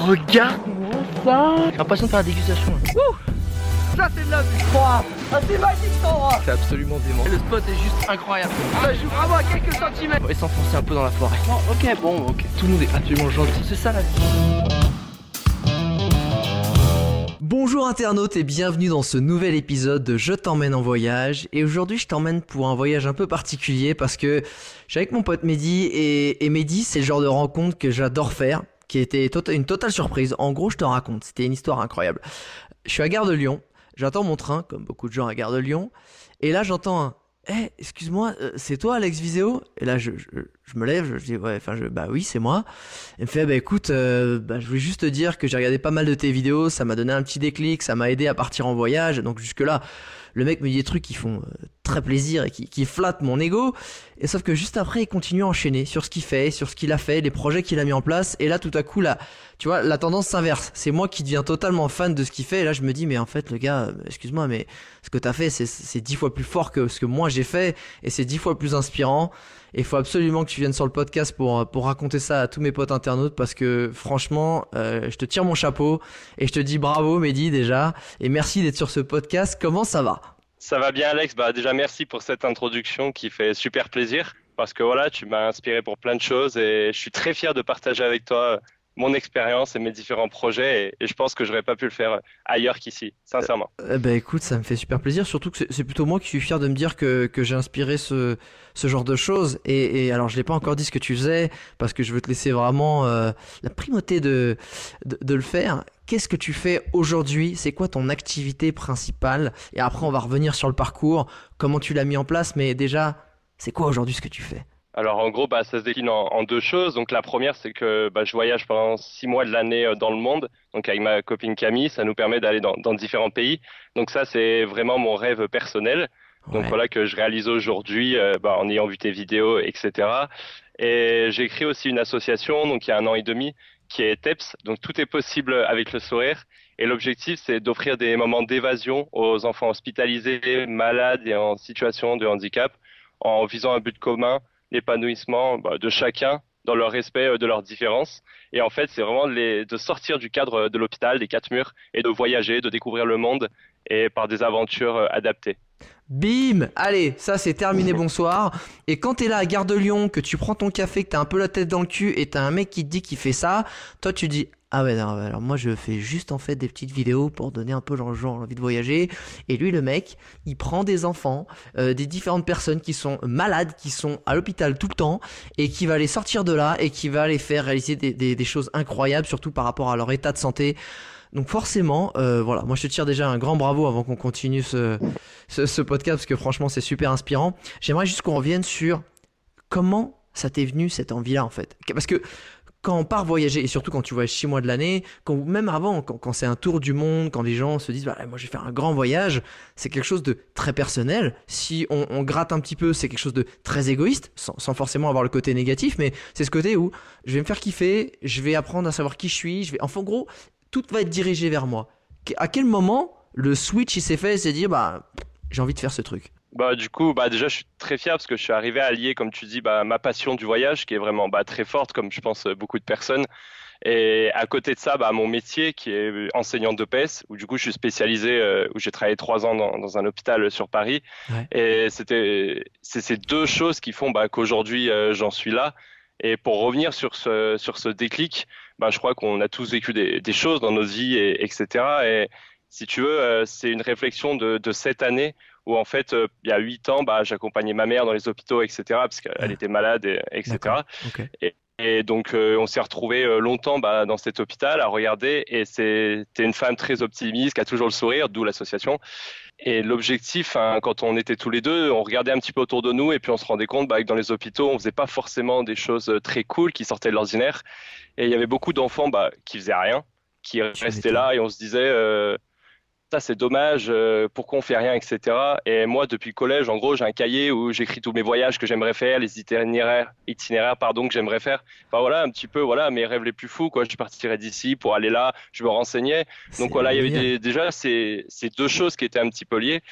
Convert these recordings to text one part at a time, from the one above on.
regarde-moi ça. J'ai l'impression de faire la dégustation. Ça c'est de la victoire. Ah c'est magique cet endroit. C'est absolument dément. Le spot est juste incroyable. Ça joue vraiment à quelques centimètres. On va s'enfoncer un peu dans la forêt. Ok. Tout le monde est absolument gentil. C'est ça la vie. Bonjour internautes et bienvenue dans ce nouvel épisode de Je t'emmène en voyage. Et aujourd'hui je t'emmène pour un voyage un peu particulier parce que je suis avec mon pote Mehdi et Mehdi c'est le genre de rencontre que j'adore faire, qui était une totale surprise. En gros je te raconte, c'était une histoire incroyable. Je suis à Gare de Lyon, j'attends mon train comme beaucoup de gens à Gare de Lyon et là j'entends un excuse-moi, c'est toi Alex Viséo? Et là je me lève, je dis bah oui c'est moi. Il me fait écoute, je voulais juste te dire que j'ai regardé pas mal de tes vidéos, ça m'a donné un petit déclic, ça m'a aidé à partir en voyage. Donc jusque là le mec me dit des trucs qui font très plaisir et qui flattent mon ego. Et sauf que juste après il continue à enchaîner sur ce qu'il fait, sur ce qu'il a fait, les projets qu'il a mis en place. Et là tout à coup là, tu vois, la tendance s'inverse. C'est moi qui deviens totalement fan de ce qu'il fait. Et là je me dis mais en fait le gars, excuse-moi mais ce que t'as fait c'est 10 fois plus fort que ce que moi j'ai fait. Et c'est 10 fois plus inspirant. Et il faut absolument que tu viennes sur le podcast pour raconter ça à tous mes potes internautes parce que franchement, je te tire mon chapeau et je te dis bravo Mehdi déjà et merci d'être sur ce podcast. Comment ça va? Ça va bien Alex, déjà merci pour cette introduction qui fait super plaisir parce que voilà, tu m'as inspiré pour plein de choses et je suis très fier de partager avec toi mon expérience et mes différents projets et je pense que j'aurais pas pu le faire ailleurs qu'ici, sincèrement. Écoute, ça me fait super plaisir, surtout que c'est plutôt moi qui suis fier de me dire que j'ai inspiré ce genre de choses et alors je l'ai pas encore dit ce que tu faisais parce que je veux te laisser vraiment la primauté de le faire. Qu'est-ce que tu fais aujourd'hui? C'est quoi ton activité principale? Et après on va revenir sur le parcours, comment tu l'as mis en place, mais déjà, c'est quoi aujourd'hui ce que tu fais? Alors en gros, ça se décline en deux choses. Donc la première, c'est que je voyage pendant 6 mois de l'année dans le monde. Donc avec ma copine Camille, ça nous permet d'aller dans différents pays. Donc ça, c'est vraiment mon rêve personnel. Donc voilà que je réalise aujourd'hui en ayant vu tes vidéos, etc. Et j'ai créé aussi une association, donc il y a 1 an et demi, qui est TEPS. Donc tout est possible avec le sourire. Et l'objectif, c'est d'offrir des moments d'évasion aux enfants hospitalisés, malades et en situation de handicap, en visant un but commun, l'épanouissement de chacun dans le respect de leurs différences. Et en fait, c'est vraiment de sortir du cadre de l'hôpital, des 4 murs, et de voyager, de découvrir le monde et par des aventures adaptées. Bim! Allez, ça c'est terminé, bonsoir. Et quand t'es là à Gare de Lyon, que tu prends ton café, que t'as un peu la tête dans le cul et t'as un mec qui te dit qu'il fait ça, toi tu dis ah ouais, non, alors moi je fais juste en fait des petites vidéos pour donner un peu genre envie de voyager. Et lui le mec, il prend des enfants, des différentes personnes qui sont malades, qui sont à l'hôpital tout le temps et qui va les sortir de là et qui va les faire réaliser des choses incroyables, surtout par rapport à leur état de santé. Donc forcément, voilà, moi je te tire déjà un grand bravo avant qu'on continue ce podcast parce que franchement c'est super inspirant. J'aimerais juste qu'on revienne sur comment ça t'est venu cette envie-là en fait. Parce que quand on part voyager, et surtout quand tu voyages 6 mois de l'année, même avant, quand c'est un tour du monde, quand les gens se disent moi je vais faire un grand voyage, c'est quelque chose de très personnel. Si on gratte un petit peu, c'est quelque chose de très égoïste, sans forcément avoir le côté négatif, mais c'est ce côté où je vais me faire kiffer, je vais apprendre à savoir qui je suis, enfin en gros, tout va être dirigé vers moi. À quel moment le switch il s'est fait et s'est dit j'ai envie de faire ce truc? Du coup, déjà, je suis très fier parce que je suis arrivé à allier, comme tu dis, ma passion du voyage, qui est vraiment très forte, comme je pense beaucoup de personnes. Et à côté de ça, mon métier, qui est enseignant d'EPS, où du coup, je suis spécialisé, où j'ai travaillé 3 ans dans un hôpital sur Paris. Ouais. Et c'est ces deux choses qui font qu'aujourd'hui, j'en suis là. Et pour revenir sur ce déclic, je crois qu'on a tous vécu des choses dans nos vies, etc. Et si tu veux, c'est une réflexion de cette année où en fait, il y a 8 ans, j'accompagnais ma mère dans les hôpitaux, etc. parce qu'elle était malade, etc. Okay. Et donc, on s'est retrouvés longtemps dans cet hôpital à regarder. Et c'était une femme très optimiste, qui a toujours le sourire, d'où l'association. Et l'objectif, quand on était tous les deux, on regardait un petit peu autour de nous et puis on se rendait compte que dans les hôpitaux, on faisait pas forcément des choses très cool qui sortaient de l'ordinaire. Et il y avait beaucoup d'enfants qui faisaient rien, qui restaient là et on se disait ça c'est dommage, pourquoi on fait rien, etc. Et moi, depuis le collège, en gros, j'ai un cahier où j'écris tous mes voyages que j'aimerais faire, les itinéraires que j'aimerais faire. Enfin voilà, un petit peu, mes rêves les plus fous, quoi. Je partirais d'ici pour aller là, je me renseignais. Donc voilà, il y avait déjà ces deux choses qui étaient un petit peu liées.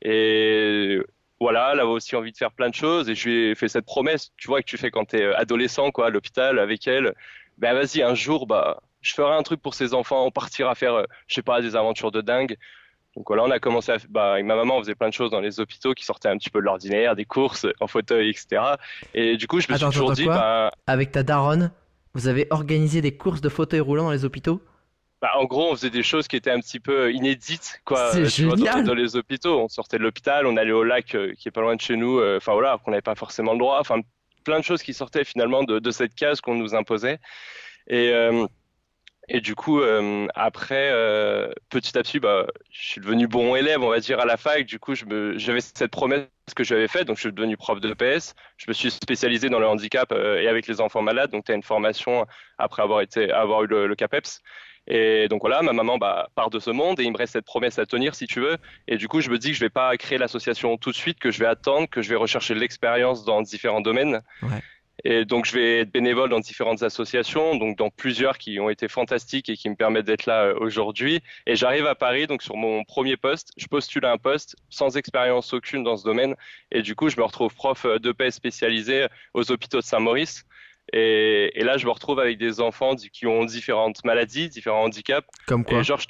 Et voilà, elle avait aussi envie de faire plein de choses. Et je lui ai fait cette promesse, tu vois, que tu fais quand t'es adolescent, quoi, à l'hôpital avec elle. Vas-y, un jour, je ferai un truc pour ces enfants, on partira faire, je sais pas, des aventures de dingue. Donc voilà, on a commencé avec ma maman, on faisait plein de choses dans les hôpitaux qui sortaient un petit peu de l'ordinaire, des courses en fauteuil, etc. Et du coup, je me suis toujours dit, quoi? Avec ta daronne, vous avez organisé des courses de fauteuils roulants dans les hôpitaux? en gros, on faisait des choses qui étaient un petit peu inédites, quoi. C'est Tu vois, génial! dans les hôpitaux, on sortait de l'hôpital, on allait au lac qui est pas loin de chez nous, enfin voilà, qu'on n'avait pas forcément le droit, enfin plein de choses qui sortaient finalement de cette case qu'on nous imposait. Et, euh, et du coup, après, petit à petit, je suis devenu bon élève, on va dire, à la fac. Du coup, j'avais cette promesse que j'avais faite, donc je suis devenu prof de PS. Je me suis spécialisé dans le handicap et avec les enfants malades. Donc, tu as une formation après avoir eu le CAPEPS. Et donc voilà, ma maman part de ce monde et il me reste cette promesse à tenir, si tu veux. Et du coup, je me dis que je vais pas créer l'association tout de suite, que je vais attendre, que je vais rechercher de l'expérience dans différents domaines. Ouais. Et donc, je vais être bénévole dans différentes associations, donc dans plusieurs qui ont été fantastiques et qui me permettent d'être là aujourd'hui. Et j'arrive à Paris, donc sur mon premier poste, je postule à un poste sans expérience aucune dans ce domaine. Et du coup, je me retrouve prof d'EPS spécialisé aux hôpitaux de Saint-Maurice. Et là, je me retrouve avec des enfants qui ont différentes maladies, différents handicaps. Comme quoi? Et genre,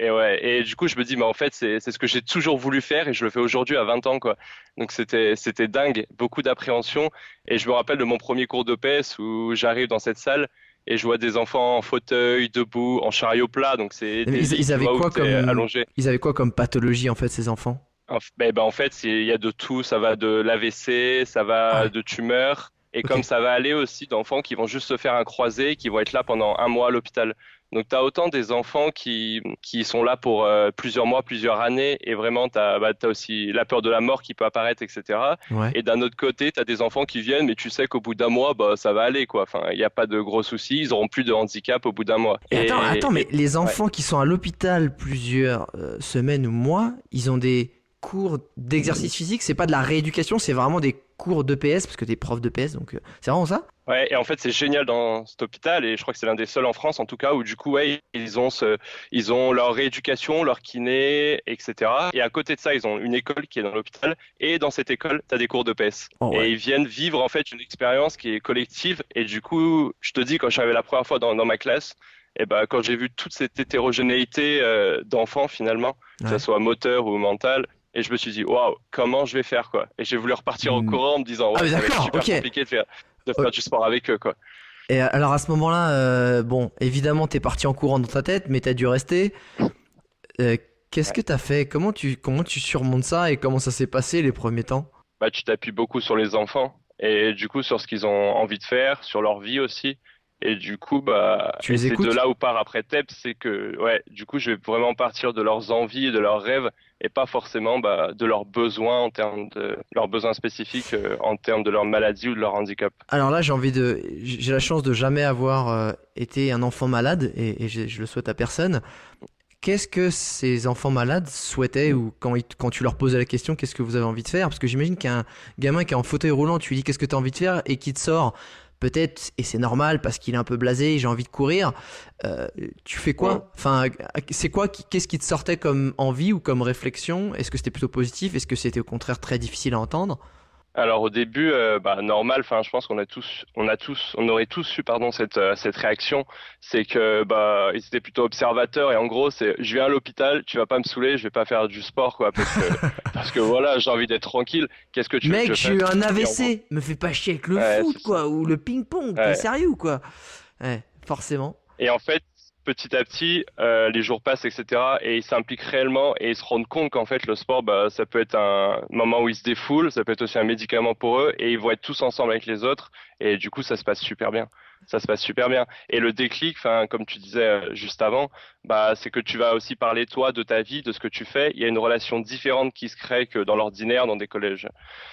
et du coup, je me dis, mais en fait, c'est ce que j'ai toujours voulu faire et je le fais aujourd'hui à 20 ans, quoi. Donc, c'était dingue, beaucoup d'appréhension. Et je me rappelle de mon premier cours d'EPS où j'arrive dans cette salle et je vois des enfants en fauteuil, debout, en chariot plat. Donc, c'est des lits, Ils tu avaient vois, où quoi t'es comme... allongé. Ils avaient quoi comme pathologie, en fait, ces enfants? En fait, il y a de tout. Ça va de l'AVC, ça Ah va ouais, de tumeurs. Et ok. comme ça va aller aussi d'enfants qui vont juste se faire un croisé, qui vont être là pendant un mois à l'hôpital. Donc, tu as autant des enfants qui sont là pour plusieurs mois, plusieurs années. Et vraiment, tu as, aussi la peur de la mort qui peut apparaître, etc. Ouais. Et d'un autre côté, tu as des enfants qui viennent, mais tu sais qu'au bout d'un mois, ça va aller, quoi. Enfin, il n'y a pas de gros soucis. Ils auront plus de handicap au bout d'un mois. Et attends, mais les Ouais. enfants qui sont à l'hôpital plusieurs semaines ou mois, ils ont des cours d'exercice physique, c'est pas de la rééducation, c'est vraiment des cours d'EPS, parce que t'es prof d'EPS, donc c'est vraiment ça? Ouais, et en fait, c'est génial dans cet hôpital, et je crois que c'est l'un des seuls en France, en tout cas, où du coup, ouais, ils ont leur rééducation, leur kiné, etc. Et à côté de ça, ils ont une école qui est dans l'hôpital, et dans cette école, tu as des cours de PS. Oh Et ouais. ils viennent vivre, en fait, une expérience qui est collective, et du coup, je te dis, quand je suis arrivé la première fois dans ma classe, et quand j'ai vu toute cette hétérogénéité d'enfants, finalement, que ce Ouais. soit moteur ou mental, et je me suis dit, waouh, comment je vais faire, quoi. Et j'ai voulu repartir au Hmm. courant en me disant, Ah ouais, mais ça va être d'accord, super ok. compliqué de faire du sport avec eux, quoi. Et alors à ce moment-là, bon, évidemment t'es parti en courant dans ta tête, mais t'as dû rester. Euh, Qu'est-ce que t'as fait? Comment tu surmontes ça et comment ça s'est passé les premiers temps? Tu t'appuies beaucoup sur les enfants et du coup sur ce qu'ils ont envie de faire, sur leur vie aussi. Et du coup, Tu et les c'est de écoutes? là où part après TEP, c'est que, ouais, du coup, je vais vraiment partir de leurs envies et de leurs rêves et pas forcément de leurs besoins leurs besoins spécifiques en termes de leur maladie ou de leur handicap. Alors là, j'ai la chance de jamais avoir été un enfant malade et je le souhaite à personne. Qu'est-ce que ces enfants malades souhaitaient ou quand tu leur posais la question, qu'est-ce que vous avez envie de faire? Parce que j'imagine qu'un gamin qui est en fauteuil roulant, tu lui dis qu'est-ce que tu as envie de faire et qui te sort peut-être, et c'est normal parce qu'il est un peu blasé, j'ai envie de courir. euh, Tu fais Mm. quoi? Enfin, c'est quoi, qu'est-ce qui te sortait comme envie ou comme réflexion? Est-ce que c'était plutôt positif? Est-ce que c'était au contraire très difficile à entendre? Alors au début, normal. Enfin, je pense on aurait tous eu, pardon, cette réaction. C'est que ils étaient plutôt observateurs et en gros, c'est, je viens à l'hôpital, tu vas pas me saouler, je vais pas faire du sport, quoi, parce que voilà, j'ai envie d'être tranquille. Qu'est-ce que tu veux que Mec, je j'ai eu fasse? un Et en gros, AVC, me fais pas chier avec le ouais, foot, c'est ça. quoi, ou le ping-pong, t'es Ouais. sérieux ou quoi? Ouais, forcément. Et en fait, petit à petit, les jours passent, etc. Et ils s'impliquent réellement et ils se rendent compte qu'en fait, le sport, ça peut être un moment où ils se défoulent, ça peut être aussi un médicament pour eux et ils vont être tous ensemble avec les autres. Et du coup, ça se passe super bien. Ça se passe super bien. Et le déclic, enfin, comme tu disais juste avant, c'est que tu vas aussi parler, toi, de ta vie, de ce que tu fais. Il y a une relation différente qui se crée que dans l'ordinaire, dans des collèges.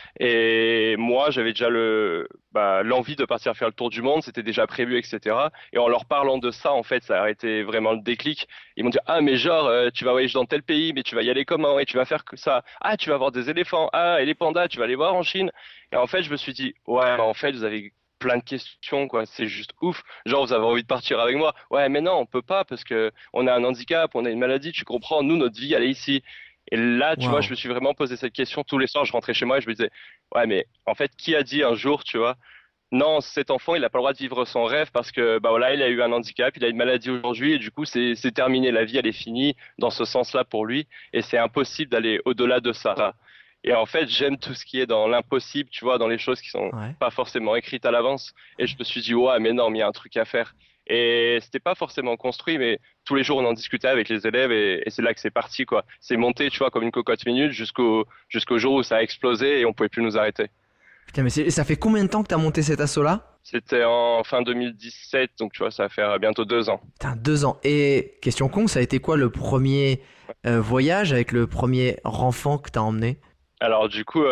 Et moi, j'avais déjà l'envie de partir faire le tour du monde, c'était déjà prévu, etc. Et en leur parlant de ça, en fait, ça a été vraiment le déclic. Ils m'ont dit, ah, mais genre, tu vas voyager dans tel pays, mais tu vas y aller comment? Et tu vas faire que ça. Ah, tu vas voir des éléphants. Ah, et les pandas, tu vas les voir en Chine. Et en fait, je me suis dit, ouais, en fait, vous avez plein de questions, quoi. C'est juste ouf. Genre, vous avez envie de partir avec moi. Ouais, mais non, on peut pas parce que on a un handicap, on a une maladie, tu comprends. Nous, notre vie, elle est ici. Et là, tu vois, je Waouh. me suis vraiment posé cette question tous les soirs. Je rentrais chez moi et je me disais, ouais, mais en fait, qui a dit un jour, tu vois, Non, cet enfant, il n'a pas le droit de vivre son rêve parce que bah voilà, il a eu un handicap, il a une maladie aujourd'hui et du coup, c'est terminé. La vie, elle est finie dans ce sens-là pour lui et c'est impossible d'aller au-delà de ça. Et en fait, j'aime tout ce qui est dans l'impossible, tu vois, dans les choses qui sont Ouais. pas forcément écrites à l'avance. Et je me suis dit, ouais, mais non, mais il y a un truc à faire. Et c'était pas forcément construit, mais tous les jours, on en discutait avec les élèves et c'est là que c'est parti, quoi. C'est monté, tu vois, comme une cocotte minute jusqu'au jour où ça a explosé et on pouvait plus nous arrêter. Putain, mais ça fait combien de temps que t'as monté cet assaut-là? C'était en fin 2017, donc tu vois, ça va faire bientôt 2 ans. Putain, 2 ans. Et question con, ça a été quoi le premier voyage avec le premier enfant que t'as emmené? Alors du coup,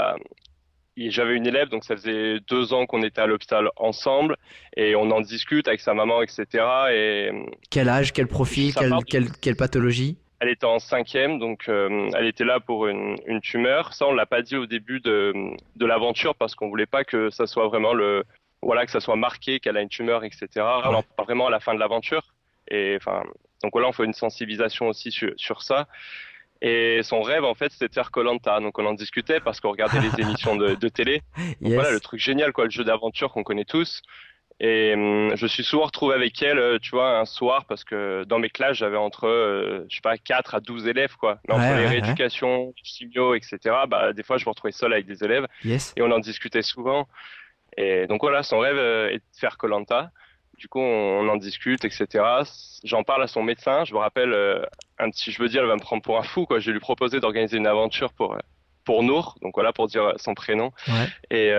j'avais une élève, donc ça faisait 2 ans qu'on était à l'hôpital ensemble et on en discute avec sa maman, etc. Et Quel âge, quel profil, ça part quelle pathologie? elle était en cinquième, donc elle était là pour une tumeur. Ça, on l'a pas dit au début de l'aventure parce qu'on voulait pas que ça soit vraiment voilà, que ça soit marqué qu'elle a une tumeur, etc. On Ouais. en parle vraiment à la fin de l'aventure. Et enfin, donc voilà, on fait une sensibilisation aussi sur ça. Et son rêve, en fait, c'était de faire koh. Donc on en discutait parce qu'on regardait les émissions de télé. Donc voilà, le Yes. truc génial, quoi, le jeu d'aventure qu'on connaît tous. Et je suis souvent retrouvé avec elle, tu vois, un soir, parce que dans mes classes, j'avais entre, je sais pas, 4 à 12 élèves, quoi. Mais Ouais, entre les ouais, ouais. rééducations, les signaux, etc., bah, des fois, je me retrouvais seul avec des élèves Yes. et on en discutait souvent. Et donc voilà, son rêve est de faire koh. Du coup, on en discute, etc. J'en parle à son médecin. Je me rappelle, si je veux dire, elle va me prendre pour un fou, quoi. Je vais lui proposer d'organiser une aventure pour Nour, donc voilà, pour dire son prénom. Ouais.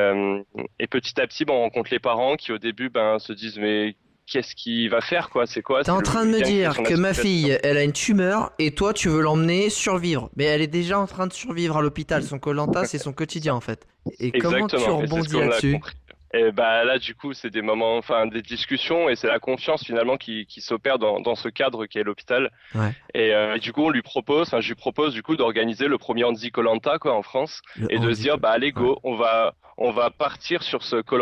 Et petit à petit, bon, on rencontre les parents qui au début ben, se disent mais qu'est-ce qu'il va faire quoi? C'est quoi? T'es en train de me Il vient créer dire son que ma association. fille, elle a une tumeur et toi, tu veux l'emmener survivre. Mais elle est déjà en train de survivre à l'hôpital. Son koh c'est son quotidien en fait. Et comment tu Exactement, et c'est ce rebondis qu'on a là-dessus? compris. Et bah là du coup c'est des moments, enfin des discussions et c'est la confiance finalement qui s'opère dans ce cadre qui est l'hôpital. Ouais. Et du coup on lui propose, enfin je lui propose du coup d'organiser le premier Handi koh quoi en France Le et de se dire handicap. bah allez Ouais. go, on va partir sur ce koh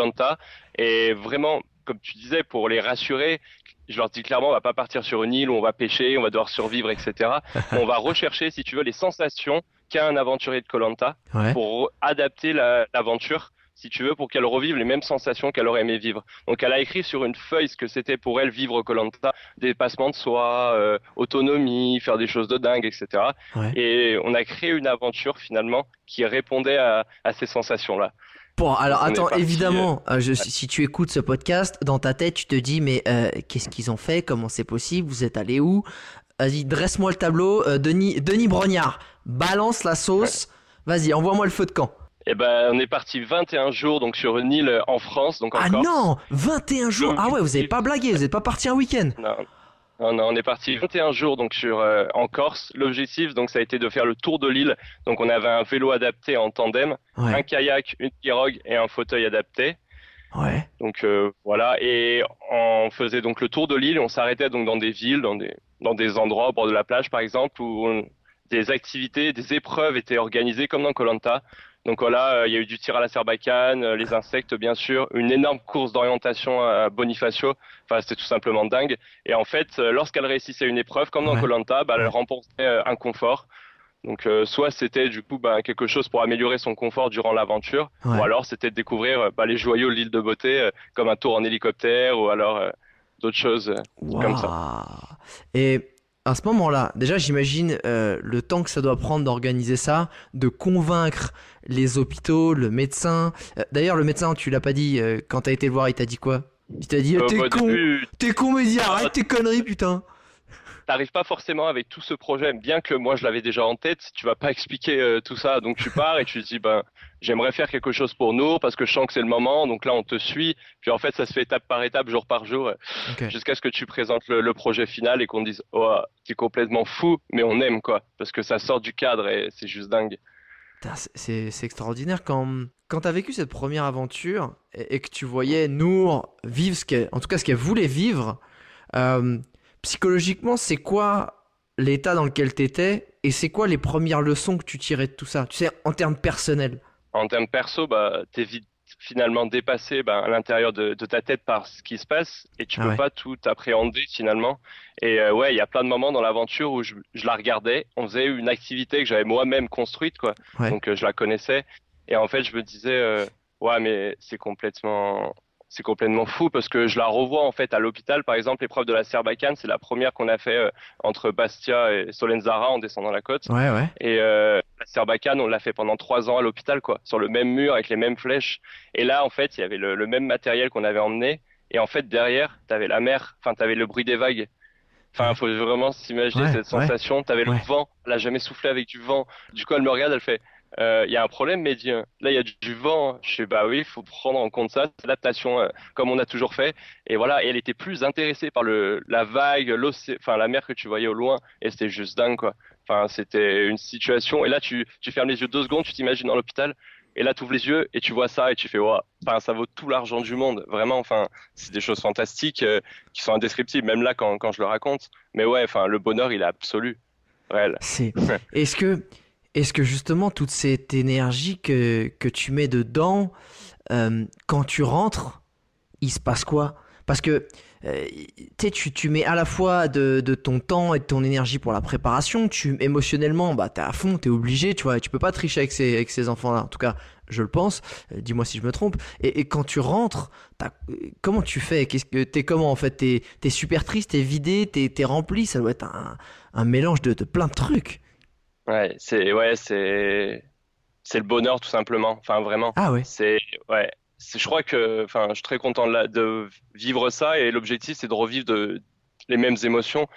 et vraiment comme tu disais pour les rassurer, je leur dis clairement on va pas partir sur une île où on va pêcher, on va devoir survivre etc. On va rechercher si tu veux les sensations qu'a un aventurier de koh Ouais. pour adapter l'aventure, si tu veux, pour qu'elle revive les mêmes sensations qu'elle aurait aimé vivre. Donc elle a écrit sur une feuille ce que c'était pour elle vivre koh dépassement de soi, autonomie, faire des choses de dingue, etc. Ouais. Et on a créé une aventure finalement qui répondait à ces sensations-là. Bon, alors Donc on est attends, parti, évidemment, si tu écoutes ce podcast, dans ta tête, tu te dis, mais qu'est-ce qu'ils ont fait? Comment c'est possible? Vous êtes allé où? Vas-y, dresse-moi le tableau. Denis Brognard, balance la sauce. Vas-y, envoie-moi le feu de camp. Et ben on est parti 21 jours donc sur une île en France, donc en Ah Corse. non, 21 jours. Ah ouais, vous avez pas blagué, vous êtes pas parti un week-end. Non, non, non, on est parti 21 jours donc en Corse. L'objectif donc ça a été de faire le tour de l'île. Donc on avait un vélo adapté en tandem, un Ouais, kayak, une pirogue et un fauteuil adapté. ouais, Donc voilà, et on faisait donc le tour de l'île. On s'arrêtait donc dans des villes, dans des endroits au bord de la plage par exemple des activités, des épreuves étaient organisées comme dans koh. Donc voilà, il y a eu du tir à la serbacane, les insectes bien sûr, une énorme course d'orientation à Bonifacio. Enfin, c'était tout simplement dingue. Et en fait, lorsqu'elle réussissait une épreuve, comme dans ouais, koh bah, elle ouais, remportait un confort. Donc soit c'était du coup bah, quelque chose pour améliorer son confort durant l'aventure, ou ouais. alors c'était de découvrir bah, les joyaux de l'île de beauté, comme un tour en hélicoptère, ou alors d'autres choses comme ça. Waouh. Et à ce moment-là, déjà, j'imagine le temps que ça doit prendre d'organiser ça, de convaincre les hôpitaux, le médecin. D'ailleurs, le médecin, tu l'as pas dit, quand t'as été le voir, il t'a dit quoi? Il t'a dit, Au début, t'es con, mais dis, arrête tes conneries, putain. t'arrives pas forcément avec tout ce projet, bien que moi je l'avais déjà en tête, tu vas pas expliquer tout ça, donc tu pars et tu te dis ben j'aimerais faire quelque chose pour nous parce que je sens que c'est le moment, donc là on te suit, puis en fait ça se fait étape par étape, jour par jour, Ok. jusqu'à ce que tu présentes le projet final et qu'on te dise oh t'es complètement fou, mais on aime quoi, parce que ça sort du cadre et c'est juste dingue. Putain, c'est extraordinaire quand t'as vécu cette première aventure et que tu voyais Nour vivre en tout cas ce qu'elle voulait vivre. euh, Psychologiquement, c'est quoi l'état dans lequel t'étais et c'est quoi les premières leçons que tu tirais de tout ça? Tu sais, en termes personnels. En termes perso, bah, t'es vite finalement dépassé bah, à l'intérieur de ta tête par ce qui se passe et tu Ah peux ouais. pas tout appréhender finalement. Et ouais, il y a plein de moments dans l'aventure où je la regardais, on faisait une activité que j'avais moi-même construite, quoi. Ouais. Donc je la connaissais. Et en fait, je me disais, Ouais, mais c'est complètement fou parce que je la revois en fait à l'hôpital. Par exemple, l'épreuve de la Sarbacane, c'est la première qu'on a fait entre Bastia et Solenzara en descendant la côte. Ouais, ouais. Et la Sarbacane, on l'a fait pendant 3 ans à l'hôpital, quoi, sur le même mur avec les mêmes flèches. Et là, en fait, il y avait le même matériel qu'on avait emmené. Et en fait, derrière, t'avais la mer, enfin, t'avais le bruit des vagues. Enfin, Ouais, faut vraiment s'imaginer ouais, cette ouais, sensation. T'avais le ouais. vent. Elle a jamais soufflé avec du vent. Du coup, elle me regarde, elle fait, il y a un problème, Mehdi, hein. Là, il y a du vent. Je fais, bah oui, faut prendre en compte ça. C'est l'adaptation, comme on a toujours fait. Et voilà. Et elle était plus intéressée par la vague, l'océan, enfin, la mer que tu voyais au loin. Et c'était juste dingue, quoi. Enfin, c'était une situation. Et là, tu fermes les yeux 2 secondes, tu t'imagines dans l'hôpital. Et là, tu ouvres les yeux et tu vois ça et tu fais, ouais, enfin, ça vaut tout l'argent du monde. Vraiment, enfin, c'est des choses fantastiques qui sont indescriptibles, même là, quand je le raconte. Mais ouais, enfin, le bonheur, il est absolu, réel. C'est... Est-ce que, est-ce que justement toute cette énergie que tu mets dedans, quand tu rentres, il se passe quoi? Parce que tu sais, tu mets à la fois de ton temps et de ton énergie pour la préparation. Émotionnellement, bah, t'es à fond, t'es obligé, tu vois. Tu peux pas tricher avec ces enfants-là. En tout cas, je le pense. Dis-moi si je me trompe. Et quand tu rentres, comment tu fais? T'es comment en fait? T'es super triste, t'es vidé, t'es rempli. Ça doit être un mélange de plein de trucs. Ouais, c'est le bonheur tout simplement. Enfin, vraiment. Ah ouais. Ouais. Je crois que, enfin, je suis très content de vivre ça et l'objectif, c'est de revivre les mêmes émotions.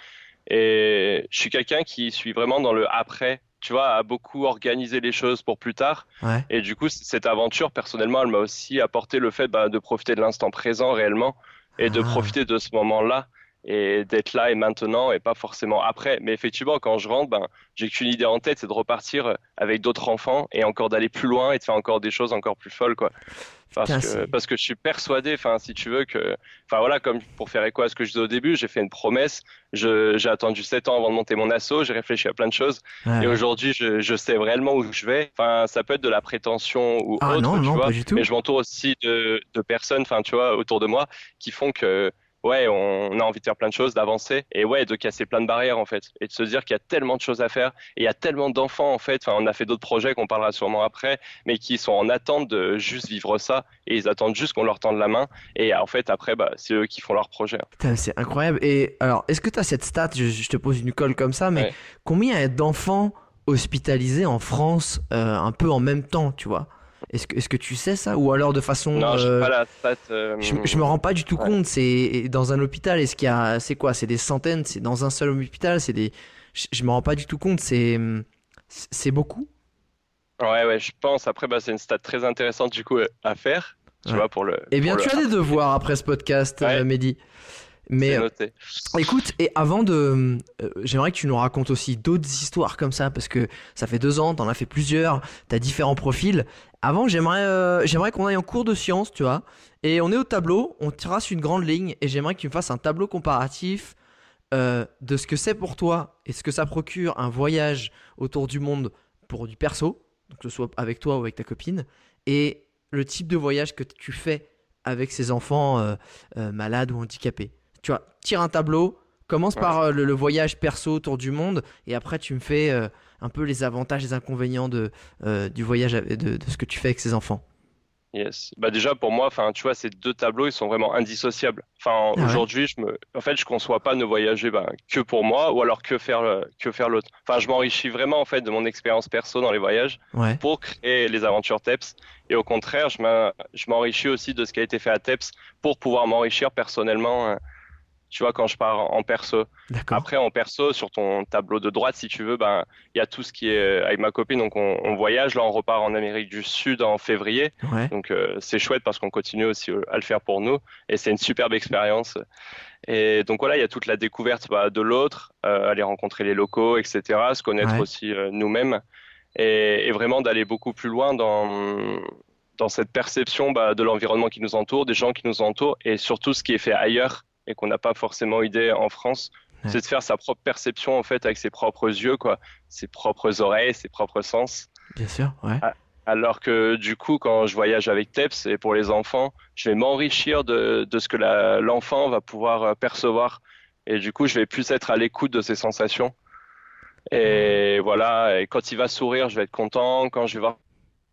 Et je suis quelqu'un qui suis vraiment dans le après, tu vois, à beaucoup organiser les choses pour plus tard. Ouais. Et du coup, cette aventure, personnellement, elle m'a aussi apporté le fait bah, de profiter de l'instant présent réellement et de Ah. profiter de ce moment-là et d'être là et maintenant et pas forcément après. Mais effectivement, quand je rentre, ben, j'ai qu'une idée en tête, c'est de repartir avec d'autres enfants et encore d'aller plus loin et de faire encore des choses encore plus folles, quoi. Putain, c'est. Parce que je suis persuadé, enfin, si tu veux, enfin voilà, comme pour faire écho à ce que je disais au début, j'ai fait une promesse, j'ai attendu 7 ans avant de monter mon asso, j'ai réfléchi à plein de choses, Ouais, et ouais. aujourd'hui, je sais réellement où je vais. Enfin, ça peut être de la prétention ou Ah non, autre, tu non, pas vois, du mais tout. je m'entoure aussi de personnes, enfin, tu vois, autour de moi, qui font que, ouais, on a envie de faire plein de choses, d'avancer, et ouais, de casser plein de barrières, en fait, et de se dire qu'il y a tellement de choses à faire, et il y a tellement d'enfants, en fait, enfin, on a fait d'autres projets qu'on parlera sûrement après, mais qui sont en attente de juste vivre ça et ils attendent juste qu'on leur tende la main. Et en fait, après, bah, c'est eux qui font leur projet. Putain, c'est incroyable. Et alors, est-ce que tu as cette stat, je te pose une colle comme ça, mais Ouais. combien il y a d'enfants hospitalisés en France un peu en même temps, tu vois? Est-ce que tu sais ça? Ou alors de façon... Non, j'ai pas la stat. je me rends pas du tout Ouais. compte. C'est dans un hôpital, est-ce qu'il y a... C'est quoi? C'est des centaines? C'est dans un seul hôpital? C'est des... Je me rends pas du tout compte. C'est beaucoup? Ouais, ouais, je pense. Après, bah, c'est une stat très intéressante du coup à faire, tu Ouais. vois, Eh bien, pour le tu as des après. devoirs après ce podcast, Ouais, Mehdi. c'est Mais noté. écoute, et avant j'aimerais que tu nous racontes aussi d'autres histoires comme ça, parce que ça fait 2 ans, t'en as fait plusieurs, t'as différents profils. Avant, j'aimerais qu'on aille en cours de sciences, tu vois, et on est au tableau, on trace une grande ligne, et j'aimerais que tu me fasses un tableau comparatif de ce que c'est pour toi, et ce que ça procure un voyage autour du monde pour du perso, donc que ce soit avec toi ou avec ta copine, et le type de voyage que tu fais avec ces enfants malades ou handicapés. Tu vois, tire un tableau, commence Ouais. par le voyage perso autour du monde, et après tu me fais un peu les avantages et les inconvénients du voyage, de ce que tu fais avec ces enfants. Yes. Bah déjà pour moi, enfin tu vois, ces deux tableaux ils sont vraiment indissociables. Enfin Ah ouais? aujourd'hui, en fait, je conçois pas ne voyager bah, que pour moi ou alors que faire l'autre. Enfin, je m'enrichis vraiment en fait de mon expérience perso dans les voyages Ouais. pour créer les aventures TEPS. Et au contraire, je m'enrichis aussi de ce qui a été fait à TEPS pour pouvoir m'enrichir personnellement. Tu vois, quand je pars en perso. D'accord. Après, en perso, sur ton tableau de droite, si tu veux, ben, il y a tout ce qui est avec ma copine. Donc, on voyage. Là, on repart en Amérique du Sud en février. Ouais. Donc, c'est chouette parce qu'on continue aussi à le faire pour nous. Et c'est une superbe expérience. Et donc, voilà, il y a toute la découverte bah, de l'autre, aller rencontrer les locaux, etc. Se connaître Ouais. aussi nous-mêmes. Et vraiment d'aller beaucoup plus loin dans cette perception bah, de l'environnement qui nous entoure, des gens qui nous entourent et surtout ce qui est fait ailleurs et qu'on n'a pas forcément idée en France, Ouais. c'est de faire sa propre perception en fait avec ses propres yeux, quoi, ses propres oreilles, ses propres sens. Bien sûr. Ouais. A- Alors que du coup, quand je voyage avec TEPS et pour les enfants, je vais m'enrichir de ce que l'enfant va pouvoir percevoir. Et du coup, je vais plus être à l'écoute de ses sensations. Et voilà, et quand il va sourire, je vais être content. Quand je vais voir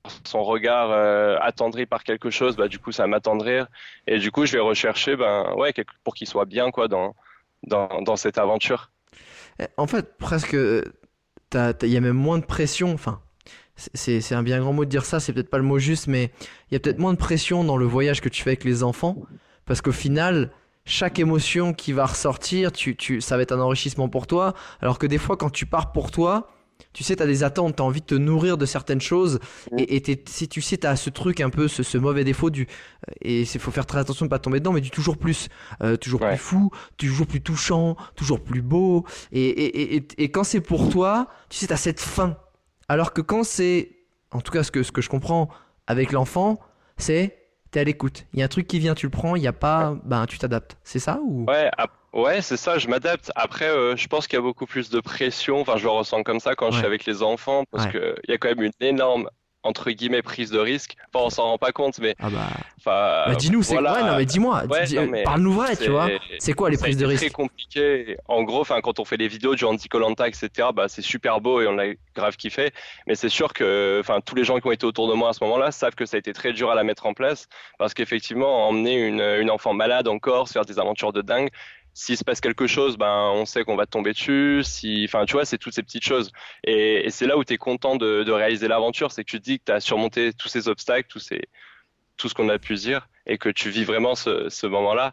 son regard attendri par quelque chose, bah du coup ça va m'attendrir et du coup je vais rechercher pour qu'il soit bien quoi dans cette aventure. En fait, presque, il y a même moins de pression. Enfin, c'est un bien grand mot de dire ça, c'est peut-être pas le mot juste, mais il y a peut-être moins de pression dans le voyage que tu fais avec les enfants, parce qu'au final, chaque émotion qui va ressortir, ça va être un enrichissement pour toi, alors que des fois, quand tu pars pour toi, tu sais, tu as des attentes, tu as envie de te nourrir de certaines choses, et si tu sais, tu as ce truc un peu, ce mauvais défaut et il faut faire très attention de ne pas tomber dedans, mais du toujours plus, toujours plus fou, toujours plus touchant, toujours plus beau, et quand c'est pour toi, tu sais, tu as cette faim. Alors que quand c'est, en tout cas ce que je comprends avec l'enfant, c'est t'es à l'écoute. Il y a un truc qui vient, tu le prends, il n'y a pas, tu t'adaptes. C'est ça ou? Ouais, c'est ça, je m'adapte. Après, je pense qu'il y a beaucoup plus de pression. Enfin, je le ressens comme ça quand je suis avec les enfants, parce que il y a quand même une énorme, entre guillemets, prise de risque. Enfin, on s'en rend pas compte, mais dis-nous, c'est quoi? Non, mais dis-moi, parle-nous vrai, tu vois. C'est quoi les prises de risque? C'est très compliqué. En gros, quand on fait les vidéos du Andy koh etc., c'est super beau et on a grave kiffé. Mais c'est sûr que, tous les gens qui ont été autour de moi à ce moment-là savent que ça a été très dur à la mettre en place, parce qu'effectivement, emmener une enfant malade en Corse, faire des aventures de dingue. S'il se passe quelque chose, on sait qu'on va te tomber dessus. Tu vois, c'est toutes ces petites choses. Et c'est là où tu es content de réaliser l'aventure, c'est que tu te dis que tu as surmonté tous ces obstacles, tout ce qu'on a pu dire, et que tu vis vraiment ce moment-là.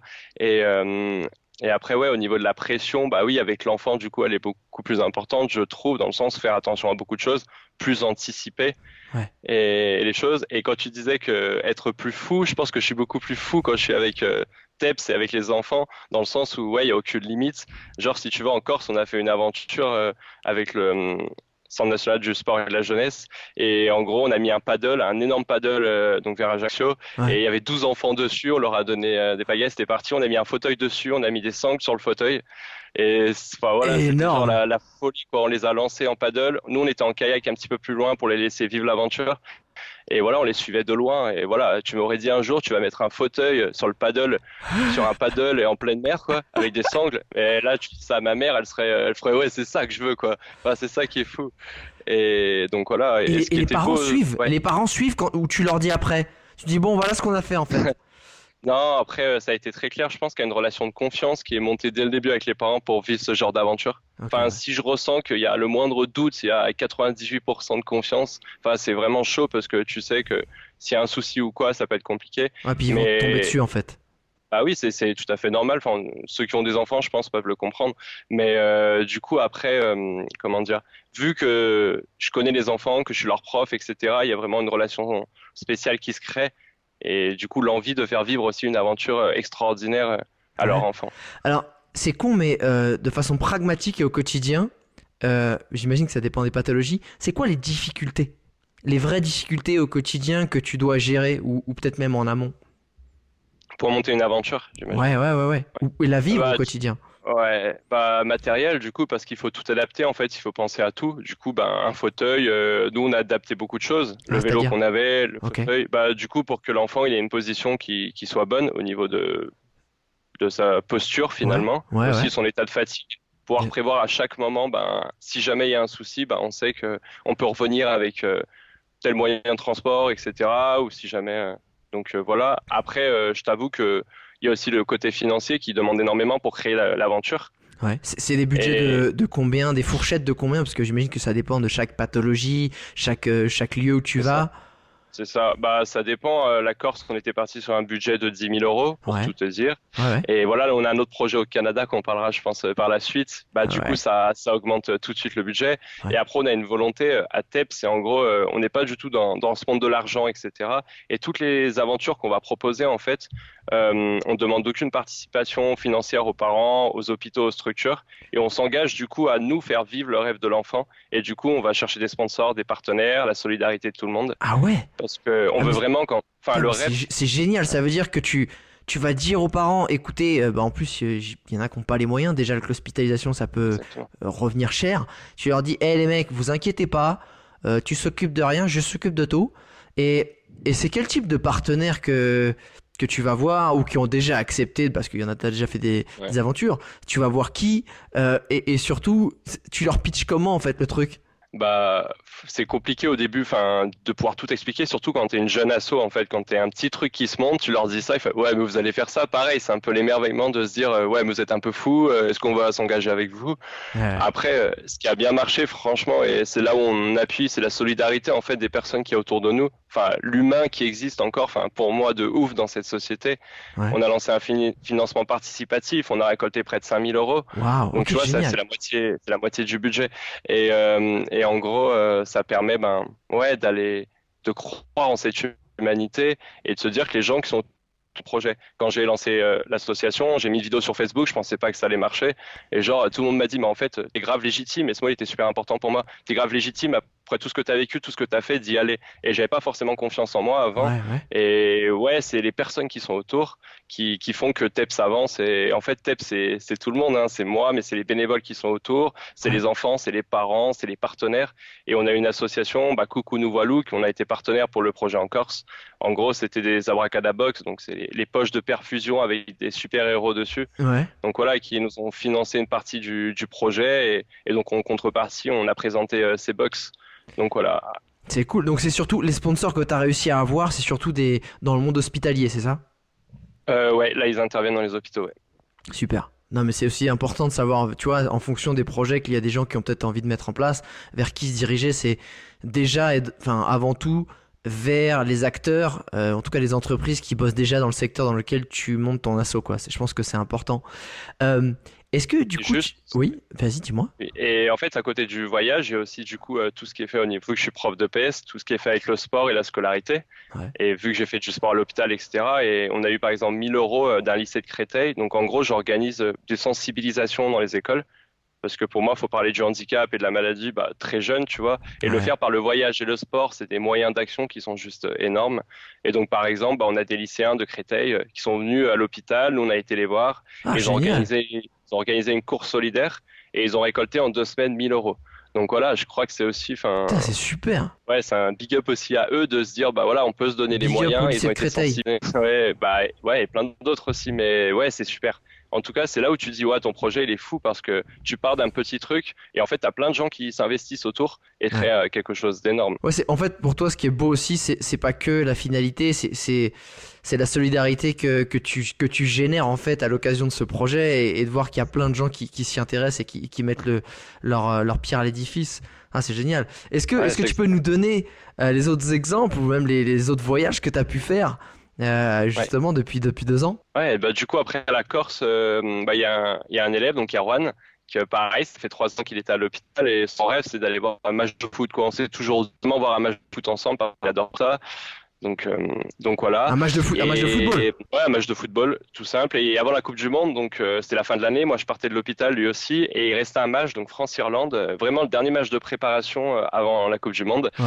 Et après, au niveau de la pression, oui, avec l'enfant, du coup, elle est beaucoup plus importante, je trouve, dans le sens faire attention à beaucoup de choses, plus anticiper et les choses. Et quand tu disais que être plus fou, je pense que je suis beaucoup plus fou quand je suis avec Teps et avec les enfants, dans le sens où, il n'y a aucune limite. Genre, si tu vas en Corse, on a fait une aventure avec le Centre national du sport et de la jeunesse. Et en gros, on a mis un énorme paddle donc vers Ajaccio. Et il y avait 12 enfants dessus. On leur a donné des pagaies. C'était parti. On a mis un fauteuil dessus. On a mis des sangles sur le fauteuil. Et c'était genre la folie, quoi. On les a lancés en paddle. Nous, on était en kayak un petit peu plus loin pour les laisser vivre l'aventure. Et voilà, on les suivait de loin. Et voilà, tu m'aurais dit un jour, tu vas mettre un fauteuil sur le paddle, sur un paddle et en pleine mer, quoi, avec des sangles. Et là, tu dis ça à ma mère, elle ferait, ouais, c'est ça que je veux, quoi. C'est ça qui est fou. Et donc voilà. Et les parents suivent. Les parents suivent ou tu leur dis après. Tu dis bon, voilà ce qu'on a fait en fait. Non, après, ça a été très clair. Je pense qu'il y a une relation de confiance qui est montée dès le début avec les parents pour vivre ce genre d'aventure. Si je ressens qu'il y a le moindre doute, il y a 98% de confiance. C'est vraiment chaud parce que tu sais que s'il y a un souci ou quoi, ça peut être compliqué. Puis ils vont te tomber dessus en fait. Oui, c'est tout à fait normal. Ceux qui ont des enfants, je pense, peuvent le comprendre. Mais du coup, après, comment dire, vu que je connais les enfants, que je suis leur prof, etc., il y a vraiment une relation spéciale qui se crée. Et du coup, l'envie de faire vivre aussi une aventure extraordinaire à leur enfant. Alors, c'est con, mais de façon pragmatique et au quotidien, j'imagine que ça dépend des pathologies. C'est quoi les difficultés? Les vraies difficultés au quotidien que tu dois gérer ou peut-être même en amont? Pour monter une aventure, j'imagine. Ouais. Ou la vivre au quotidien. Ouais, matériel du coup, parce qu'il faut tout adapter en fait, il faut penser à tout. Du coup, un fauteuil, nous on a adapté beaucoup de choses. Le vélo qu'on avait, le fauteuil, du coup pour que l'enfant il ait une position qui soit bonne au niveau de sa posture finalement, aussi son état de fatigue. Pouvoir prévoir à chaque moment, si jamais il y a un souci, on sait que on peut revenir avec tel moyen de transport, etc. Ou si jamais, donc voilà. Après, je t'avoue que il y a aussi le côté financier qui demande énormément pour créer l'aventure. Ouais. C'est des budgets de combien, des fourchettes de combien? Parce que j'imagine que ça dépend de chaque pathologie, chaque lieu où tu vas. C'est ça. Ça dépend. La Corse, on était parti sur un budget de 10 000 euros, pour tout te dire. Et voilà, là, on a un autre projet au Canada qu'on parlera, je pense, par la suite. Du coup, ça augmente tout de suite le budget. Et après, on a une volonté à TEP. C'est en gros, on n'est pas du tout dans ce monde de l'argent, etc. Et toutes les aventures qu'on va proposer, en fait, on demande aucune participation financière aux parents, aux hôpitaux, aux structures. Et on s'engage, du coup, à nous faire vivre le rêve de l'enfant. Et du coup, on va chercher des sponsors, des partenaires, la solidarité de tout le monde. Ah ouais? Parce qu'on veut vraiment le rêve. C'est génial, ça veut dire que tu vas dire aux parents, écoutez, en plus il y en a qui n'ont pas les moyens, déjà que l'hospitalisation ça peut revenir cher. Tu leur dis, les mecs, vous inquiétez pas, tu s'occupes de rien, je s'occupe de tout. Et c'est quel type de partenaire que tu vas voir ou qui ont déjà accepté, parce qu'il y en a, t'as déjà fait des aventures, tu vas voir qui et surtout tu leur pitches comment en fait le truc? Bah, c'est compliqué au début, enfin, de pouvoir tout expliquer, surtout quand t'es une jeune asso, en fait, quand t'es un petit truc qui se monte, tu leur dis ça, ils font, ouais, mais vous allez faire ça, pareil, c'est un peu l'émerveillement de se dire, ouais, mais vous êtes un peu fou, est-ce qu'on va s'engager avec vous? Ouais. Après, ce qui a bien marché, franchement, et c'est là où on appuie, c'est la solidarité, en fait, des personnes qui est autour de nous, enfin, l'humain qui existe encore, enfin, pour moi, de ouf dans cette société. Ouais. On a lancé un financement participatif, on a récolté près de 5000 euros. Waouh, Donc, ok, tu vois, ça, génial. c'est la moitié du budget. Et en gros, ça permet, ben, ouais, de croire en cette humanité et de se dire que les gens qui sont au projet. Quand j'ai lancé l'association, j'ai mis une vidéo sur Facebook, je pensais pas que ça allait marcher. Et genre, tout le monde m'a dit, mais en fait, t'es grave légitime. Et ce mot, il était super important pour moi. T'es grave légitime après tout ce que t'as vécu, tout ce que t'as fait, d'y aller. Et j'avais pas forcément confiance en moi avant. Ouais, ouais. Et ouais, c'est les personnes qui sont autour qui font que TEPS avance. Et en fait, TEPS, c'est tout le monde, hein. C'est moi, mais c'est les bénévoles qui sont autour, c'est Ouais. les enfants, c'est les parents, c'est les partenaires. Et on a une association, bah, Coucou Nous Voilou, on a été partenaire pour le projet en Corse. En gros, c'était des abracadabox, donc c'est les poches de perfusion avec des super-héros dessus. Ouais. Donc voilà, qui nous ont financé une partie du projet. Et donc, en contrepartie, on a présenté ces box. Donc voilà. C'est cool. Donc c'est surtout les sponsors que tu as réussi à avoir, c'est surtout des dans le monde hospitalier, c'est ça? Ouais, là, ils interviennent dans les hôpitaux, ouais. Super. Non mais c'est aussi important de savoir, tu vois, en fonction des projets qu'il y a des gens qui ont peut-être envie de mettre en place, vers qui se diriger, c'est déjà, enfin avant tout, vers les acteurs, en tout cas les entreprises qui bossent déjà dans le secteur dans lequel tu montes ton asso, quoi. Je pense que c'est important. Euh, Est-ce que du coup, Juste, oui, vas-y, dis-moi. et en fait, à côté du voyage, il y a aussi du coup tout ce qui est fait au niveau, vu que je suis prof de PS, tout ce qui est fait avec le sport et la scolarité. Ouais. Et vu que j'ai fait du sport à l'hôpital, etc. Et on a eu par exemple 1000 euros d'un lycée de Créteil. Donc en gros, j'organise des sensibilisations dans les écoles. Parce que pour moi, il faut parler du handicap et de la maladie bah, très jeune, tu vois. Et le Ouais. faire par le voyage et le sport, c'est des moyens d'action qui sont juste énormes. Et donc, par exemple, bah, on a des lycéens de Créteil qui sont venus à l'hôpital. Nous, on a été les voir. Ah, Et génial. ils ont organisé une course solidaire. Et ils ont récolté en 2 semaines 1000 euros. Donc voilà, je crois que c'est aussi, enfin, Putain, c'est super. ouais, c'est un big up aussi à eux de se dire, bah voilà, on peut se donner les Big up au moyens. lycée Ils ont de été Créteil. sensibles. Ouais, bah ouais, et plein d'autres aussi, mais ouais, c'est super. En tout cas, c'est là où tu te dis, ouais, ton projet, il est fou parce que tu pars d'un petit truc et en fait, t'as plein de gens qui s'investissent autour et Ouais. créent quelque chose d'énorme. Ouais, c'est en fait pour toi ce qui est beau aussi, c'est pas que la finalité, c'est la solidarité que tu génères en fait à l'occasion de ce projet et de voir qu'il y a plein de gens qui s'y intéressent et qui mettent leur pierre à l'édifice. Ah, c'est génial. Ouais, Est-ce que tu peux nous donner les autres exemples ou même les autres voyages que tu as pu faire ouais. justement depuis 2 ans? Ouais, bah du coup, après la Corse, bah, il y a un élève, donc Erwan, qui pareil, ça fait 3 ans qu'il était à l'hôpital et son rêve, c'est d'aller voir un match de foot, quoi. On sait toujours justement voir un match de foot ensemble, parce qu'il adore ça. Donc voilà. Un match de football. Ouais, un match de football, tout simple. Et avant la Coupe du Monde, donc c'était la fin de l'année. Moi, je partais de l'hôpital, lui aussi, et il restait un match, donc France-Irlande, vraiment le dernier match de préparation avant la Coupe du Monde. Ouais.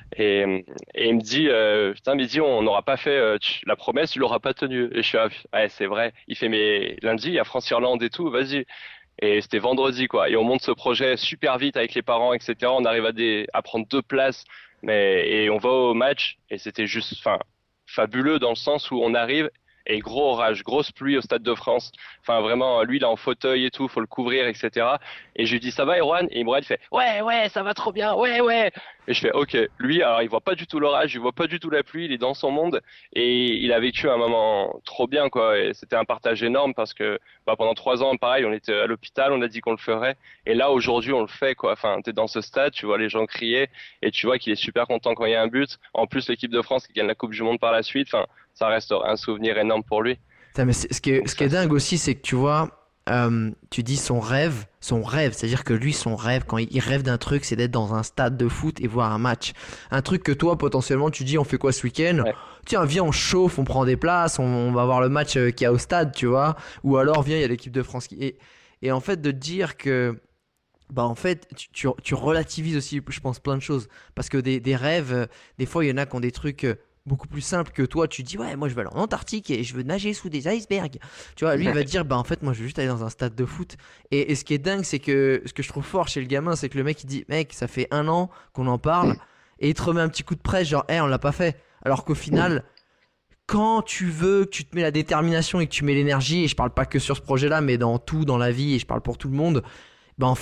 Et il me dit, putain, Mehdi, on n'aura pas fait la promesse, tu l'auras pas tenue. Et je suis, ah, ouais, c'est vrai. Il fait, mais lundi, il y a France-Irlande et tout, vas-y. Et c'était vendredi, quoi. Et on monte ce projet super vite avec les parents, etc. On arrive à prendre 2 places. Et on va au match. Et c'était juste, enfin, fabuleux dans le sens où on arrive et gros orage, grosse pluie au Stade de France. Enfin, vraiment, lui, il est en fauteuil et tout, faut le couvrir, etc. Et je lui dis, ça va, Erwan? Et Imran, il fait, ouais, ça va trop bien, ouais. Et je fais, ok. Lui, alors, il voit pas du tout l'orage, il voit pas du tout la pluie, il est dans son monde. Et il a vécu un moment trop bien, quoi. Et c'était un partage énorme parce que, bah, pendant 3 ans, pareil, on était à l'hôpital, on a dit qu'on le ferait. Et là, aujourd'hui, on le fait, quoi. Enfin, t'es dans ce stade, tu vois les gens crier et tu vois qu'il est super content quand il y a un but. En plus, l'équipe de France qui gagne la Coupe du Monde par la suite, enfin, ça reste un souvenir énorme pour lui. Putain, mais ce qui est dingue aussi, c'est que tu vois, tu dis son rêve, c'est-à-dire que lui, son rêve, quand il rêve d'un truc, c'est d'être dans un stade de foot et voir un match. Un truc que toi, potentiellement, tu dis, on fait quoi ce week-end? Ouais. Tiens, viens, on chauffe, on prend des places, on va voir le match qu'il y a au stade, tu vois. Ou alors, viens, il y a l'équipe de France qui. Et en fait, de te dire que. Bah en fait, tu relativises aussi, je pense, plein de choses. Parce que des rêves, des fois, il y en a qui ont des trucs beaucoup plus simples que toi. Tu dis, ouais, moi, je vais aller en Antarctique et je veux nager sous des icebergs. Tu vois, lui, il va te dire, bah en fait, moi, je veux juste aller dans un stade de foot. Et ce qui est dingue, c'est que ce que je trouve fort chez le gamin, c'est que le mec, il dit, mec, ça fait 1 an qu'on en parle. Et il te remet un petit coup de presse, genre, on l'a pas fait. Alors qu'au final, quand tu veux, que tu te mets la détermination et que tu mets l'énergie, et je parle pas que sur ce projet-là, mais dans tout, dans la vie, et je parle pour tout le monde, bah en fait,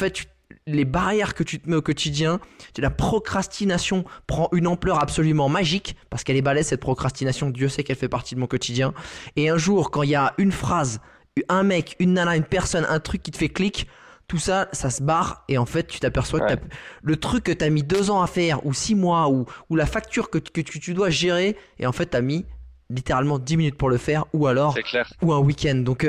les barrières que tu te mets au quotidien, la procrastination prend une ampleur absolument magique, parce qu'elle est balèze cette procrastination, Dieu sait qu'elle fait partie de mon quotidien. Et un jour, quand il y a une phrase, un mec, une nana, une personne, un truc qui te fait clic, tout ça, ça se barre, et en fait, tu t'aperçois que le truc que t'as mis 2 ans à faire, ou 6 mois, ou la facture que tu dois gérer, et en fait, t'as mis littéralement 10 minutes pour le faire, ou alors, ou un week-end. Donc,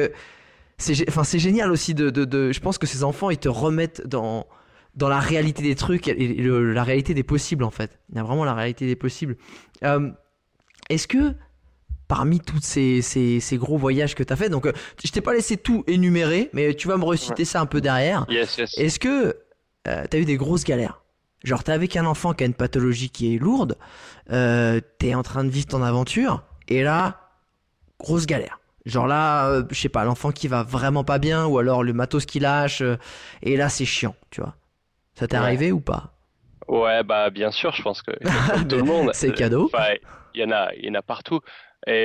c'est génial aussi je pense que ces enfants, ils te remettent dans la réalité des trucs et la réalité des possibles, en fait. Il y a vraiment la réalité des possibles. Est-ce que parmi tous ces gros voyages que tu as fait, donc je t'ai pas laissé tout énumérer, mais tu vas me reciter ça un peu derrière. Yes. Est-ce que tu as eu des grosses galères? Genre, t'es avec un enfant qui a une pathologie qui est lourde, t'es en train de vivre ton aventure, et là, grosse galère. Genre là, je sais pas, l'enfant qui va vraiment pas bien, ou alors le matos qui lâche, et là c'est chiant, tu vois. Ça t'est arrivé ou pas? Ouais, bah bien sûr, je pense que comme tout le monde. C'est cadeau. Il y en a partout. Et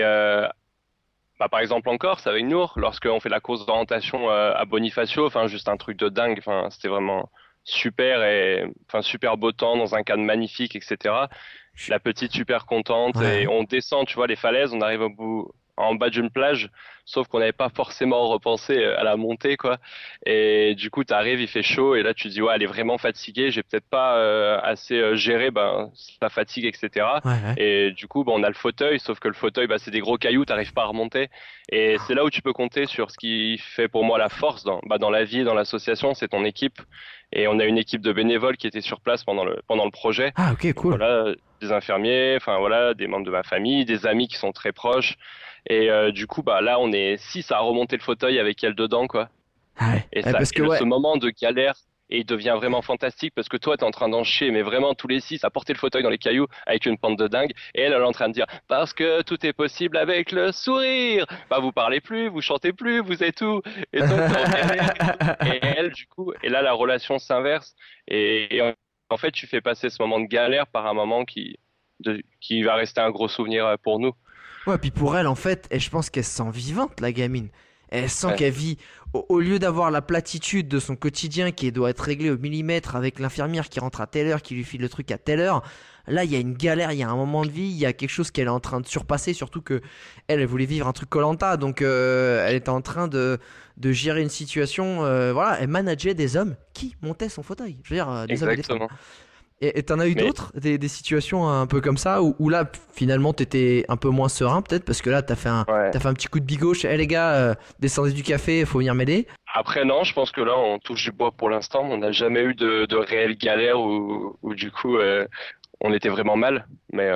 bah, par exemple en Corse avec Nour, lorsqu'on fait la course d'orientation à Bonifacio, enfin juste un truc de dingue. Enfin, c'était vraiment super et enfin super beau temps dans un cadre magnifique, etc. La petite super contente et on descend, tu vois, les falaises, on arrive en bas d'une plage, sauf qu'on n'avait pas forcément repensé à la montée, quoi. Et du coup, t'arrives, il fait chaud, et là, tu dis, ouais, elle est vraiment fatiguée, j'ai peut-être pas assez géré sa fatigue, etc. Et du coup, on a le fauteuil, sauf que le fauteuil, c'est des gros cailloux, t'arrives pas à remonter. Et c'est là où tu peux compter sur ce qui fait pour moi la force dans la vie, dans l'association, c'est ton équipe. Et on a une équipe de bénévoles qui était sur place pendant le projet. Ah, ok, cool. Voilà, des infirmiers, enfin voilà, des membres de ma famille, des amis qui sont très proches. Et du coup, là, on est 6 à remonter le fauteuil avec elle dedans, quoi. Et ce moment de galère, et il devient vraiment fantastique parce que toi, t'es en train d'en chier, mais vraiment tous les 6 à porter le fauteuil dans les cailloux avec une pente de dingue. Et elle est en train de dire, parce que tout est possible avec le sourire. Vous parlez plus, vous chantez plus, vous êtes où? Et donc, et elle, du coup, et là, la relation s'inverse. Et en fait, tu fais passer ce moment de galère par un moment qui va rester un gros souvenir pour nous. Ouais, puis pour elle, en fait, je pense qu'elle se sent vivante, la gamine. Elle sent qu'elle vit, au lieu d'avoir la platitude de son quotidien qui doit être réglé au millimètre avec l'infirmière qui rentre à telle heure, qui lui file le truc à telle heure. Là, il y a une galère, il y a un moment de vie, il y a quelque chose qu'elle est en train de surpasser, surtout que elle voulait vivre un truc Koh-Lanta, donc elle était en train de gérer une situation. Voilà, elle manageait des hommes qui montaient son fauteuil. Je veux dire, des hommes et des femmes. Et t'en as eu d'autres, des situations un peu comme ça, où là, finalement, t'étais un peu moins serein, peut-être, parce que là, t'as fait un petit coup de bigauche. Les gars, descendez du café, faut venir m'aider. Après, non, je pense que là, on touche du bois pour l'instant. On n'a jamais eu de réelle galère où du coup, on était vraiment mal. Mais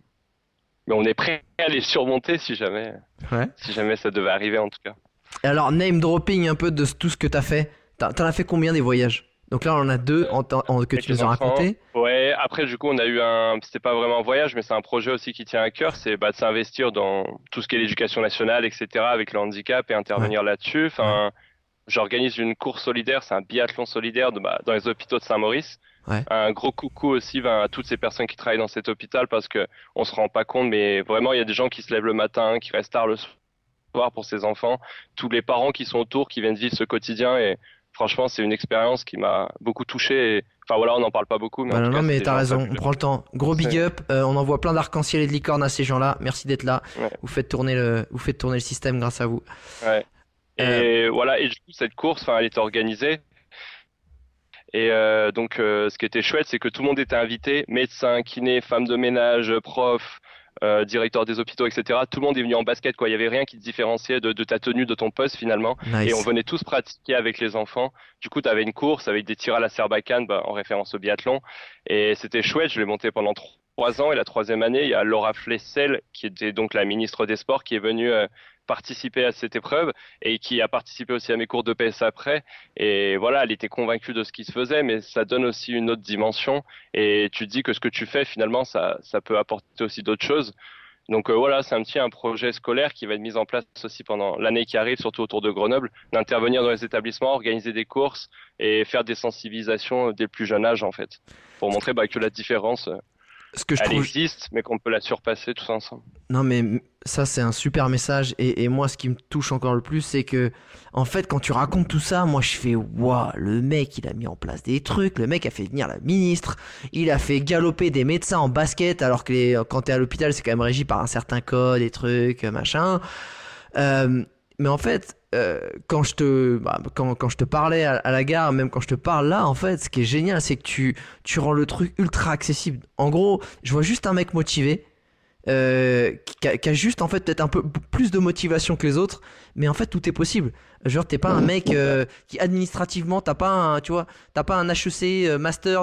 on est prêt à les surmonter si jamais ça devait arriver, en tout cas. Et alors, name dropping un peu de tout ce que t'as fait. T'en as fait combien des voyages? Donc là, on en a 2 que tu nous as raconté. Ouais, après, du coup, on a eu c'était pas vraiment un voyage, mais c'est un projet aussi qui tient à cœur, c'est de s'investir dans tout ce qui est l'éducation nationale, etc., avec le handicap et intervenir là-dessus. Enfin, j'organise une course solidaire, c'est un biathlon solidaire dans les hôpitaux de Saint-Maurice. Un gros coucou aussi à toutes ces personnes qui travaillent dans cet hôpital parce que on se rend pas compte, mais vraiment, il y a des gens qui se lèvent le matin, qui restent tard le soir pour ces enfants, tous les parents qui sont autour, qui viennent vivre ce quotidien et franchement, c'est une expérience qui m'a beaucoup touché. Enfin voilà, on n'en parle pas beaucoup. Mais non, mais t'as raison, on prend le temps. Gros big up, on envoie plein d'arc-en-ciel et de licorne à ces gens-là. Merci d'être là. Vous faites tourner le système grâce à vous. Et voilà, et du coup, cette course, elle était organisée. Et donc, ce qui était chouette, c'est que tout le monde était invité, médecins, kinés, femmes de ménage, profs, directeur des hôpitaux, etc. Tout le monde est venu en basket, quoi. Il y avait rien qui te différenciait de ta tenue, de ton poste finalement. Nice. Et on venait tous pratiquer avec les enfants. Du coup, tu avais une course avec des tirs à la Serbacane, en référence au biathlon. Et c'était chouette. Je l'ai monté pendant 3 ans. Et la 3e année, il y a Laura Flessel, qui était donc la ministre des Sports, qui est venue participer à cette épreuve et qui a participé aussi à mes cours de PS après. Et voilà, elle était convaincue de ce qui se faisait, mais ça donne aussi une autre dimension. Et tu te dis que ce que tu fais, finalement, ça peut apporter aussi d'autres choses. Donc voilà, c'est un projet scolaire qui va être mis en place aussi pendant l'année qui arrive, surtout autour de Grenoble, d'intervenir dans les établissements, organiser des courses et faire des sensibilisations dès le plus jeune âge, en fait, pour montrer que la différence... Ce que je elle trouve... existe, mais qu'on peut la surpasser tous ensemble. Non mais ça c'est un super message et moi ce qui me touche encore le plus c'est que en fait quand tu racontes tout ça moi je fais waouh le mec il a mis en place des trucs, le mec a fait venir la ministre, il a fait galoper des médecins en basket alors que quand t'es à l'hôpital c'est quand même régi par un certain code, des trucs machin. Mais en fait quand je te parlais à la gare, même quand je te parle là en fait ce qui est génial c'est que tu rends le truc ultra accessible. En gros je vois juste un mec motivé qui a juste en fait peut-être un peu plus de motivation que les autres, mais en fait tout est possible. Genre t'es pas un mec qui administrativement t'as pas un HEC master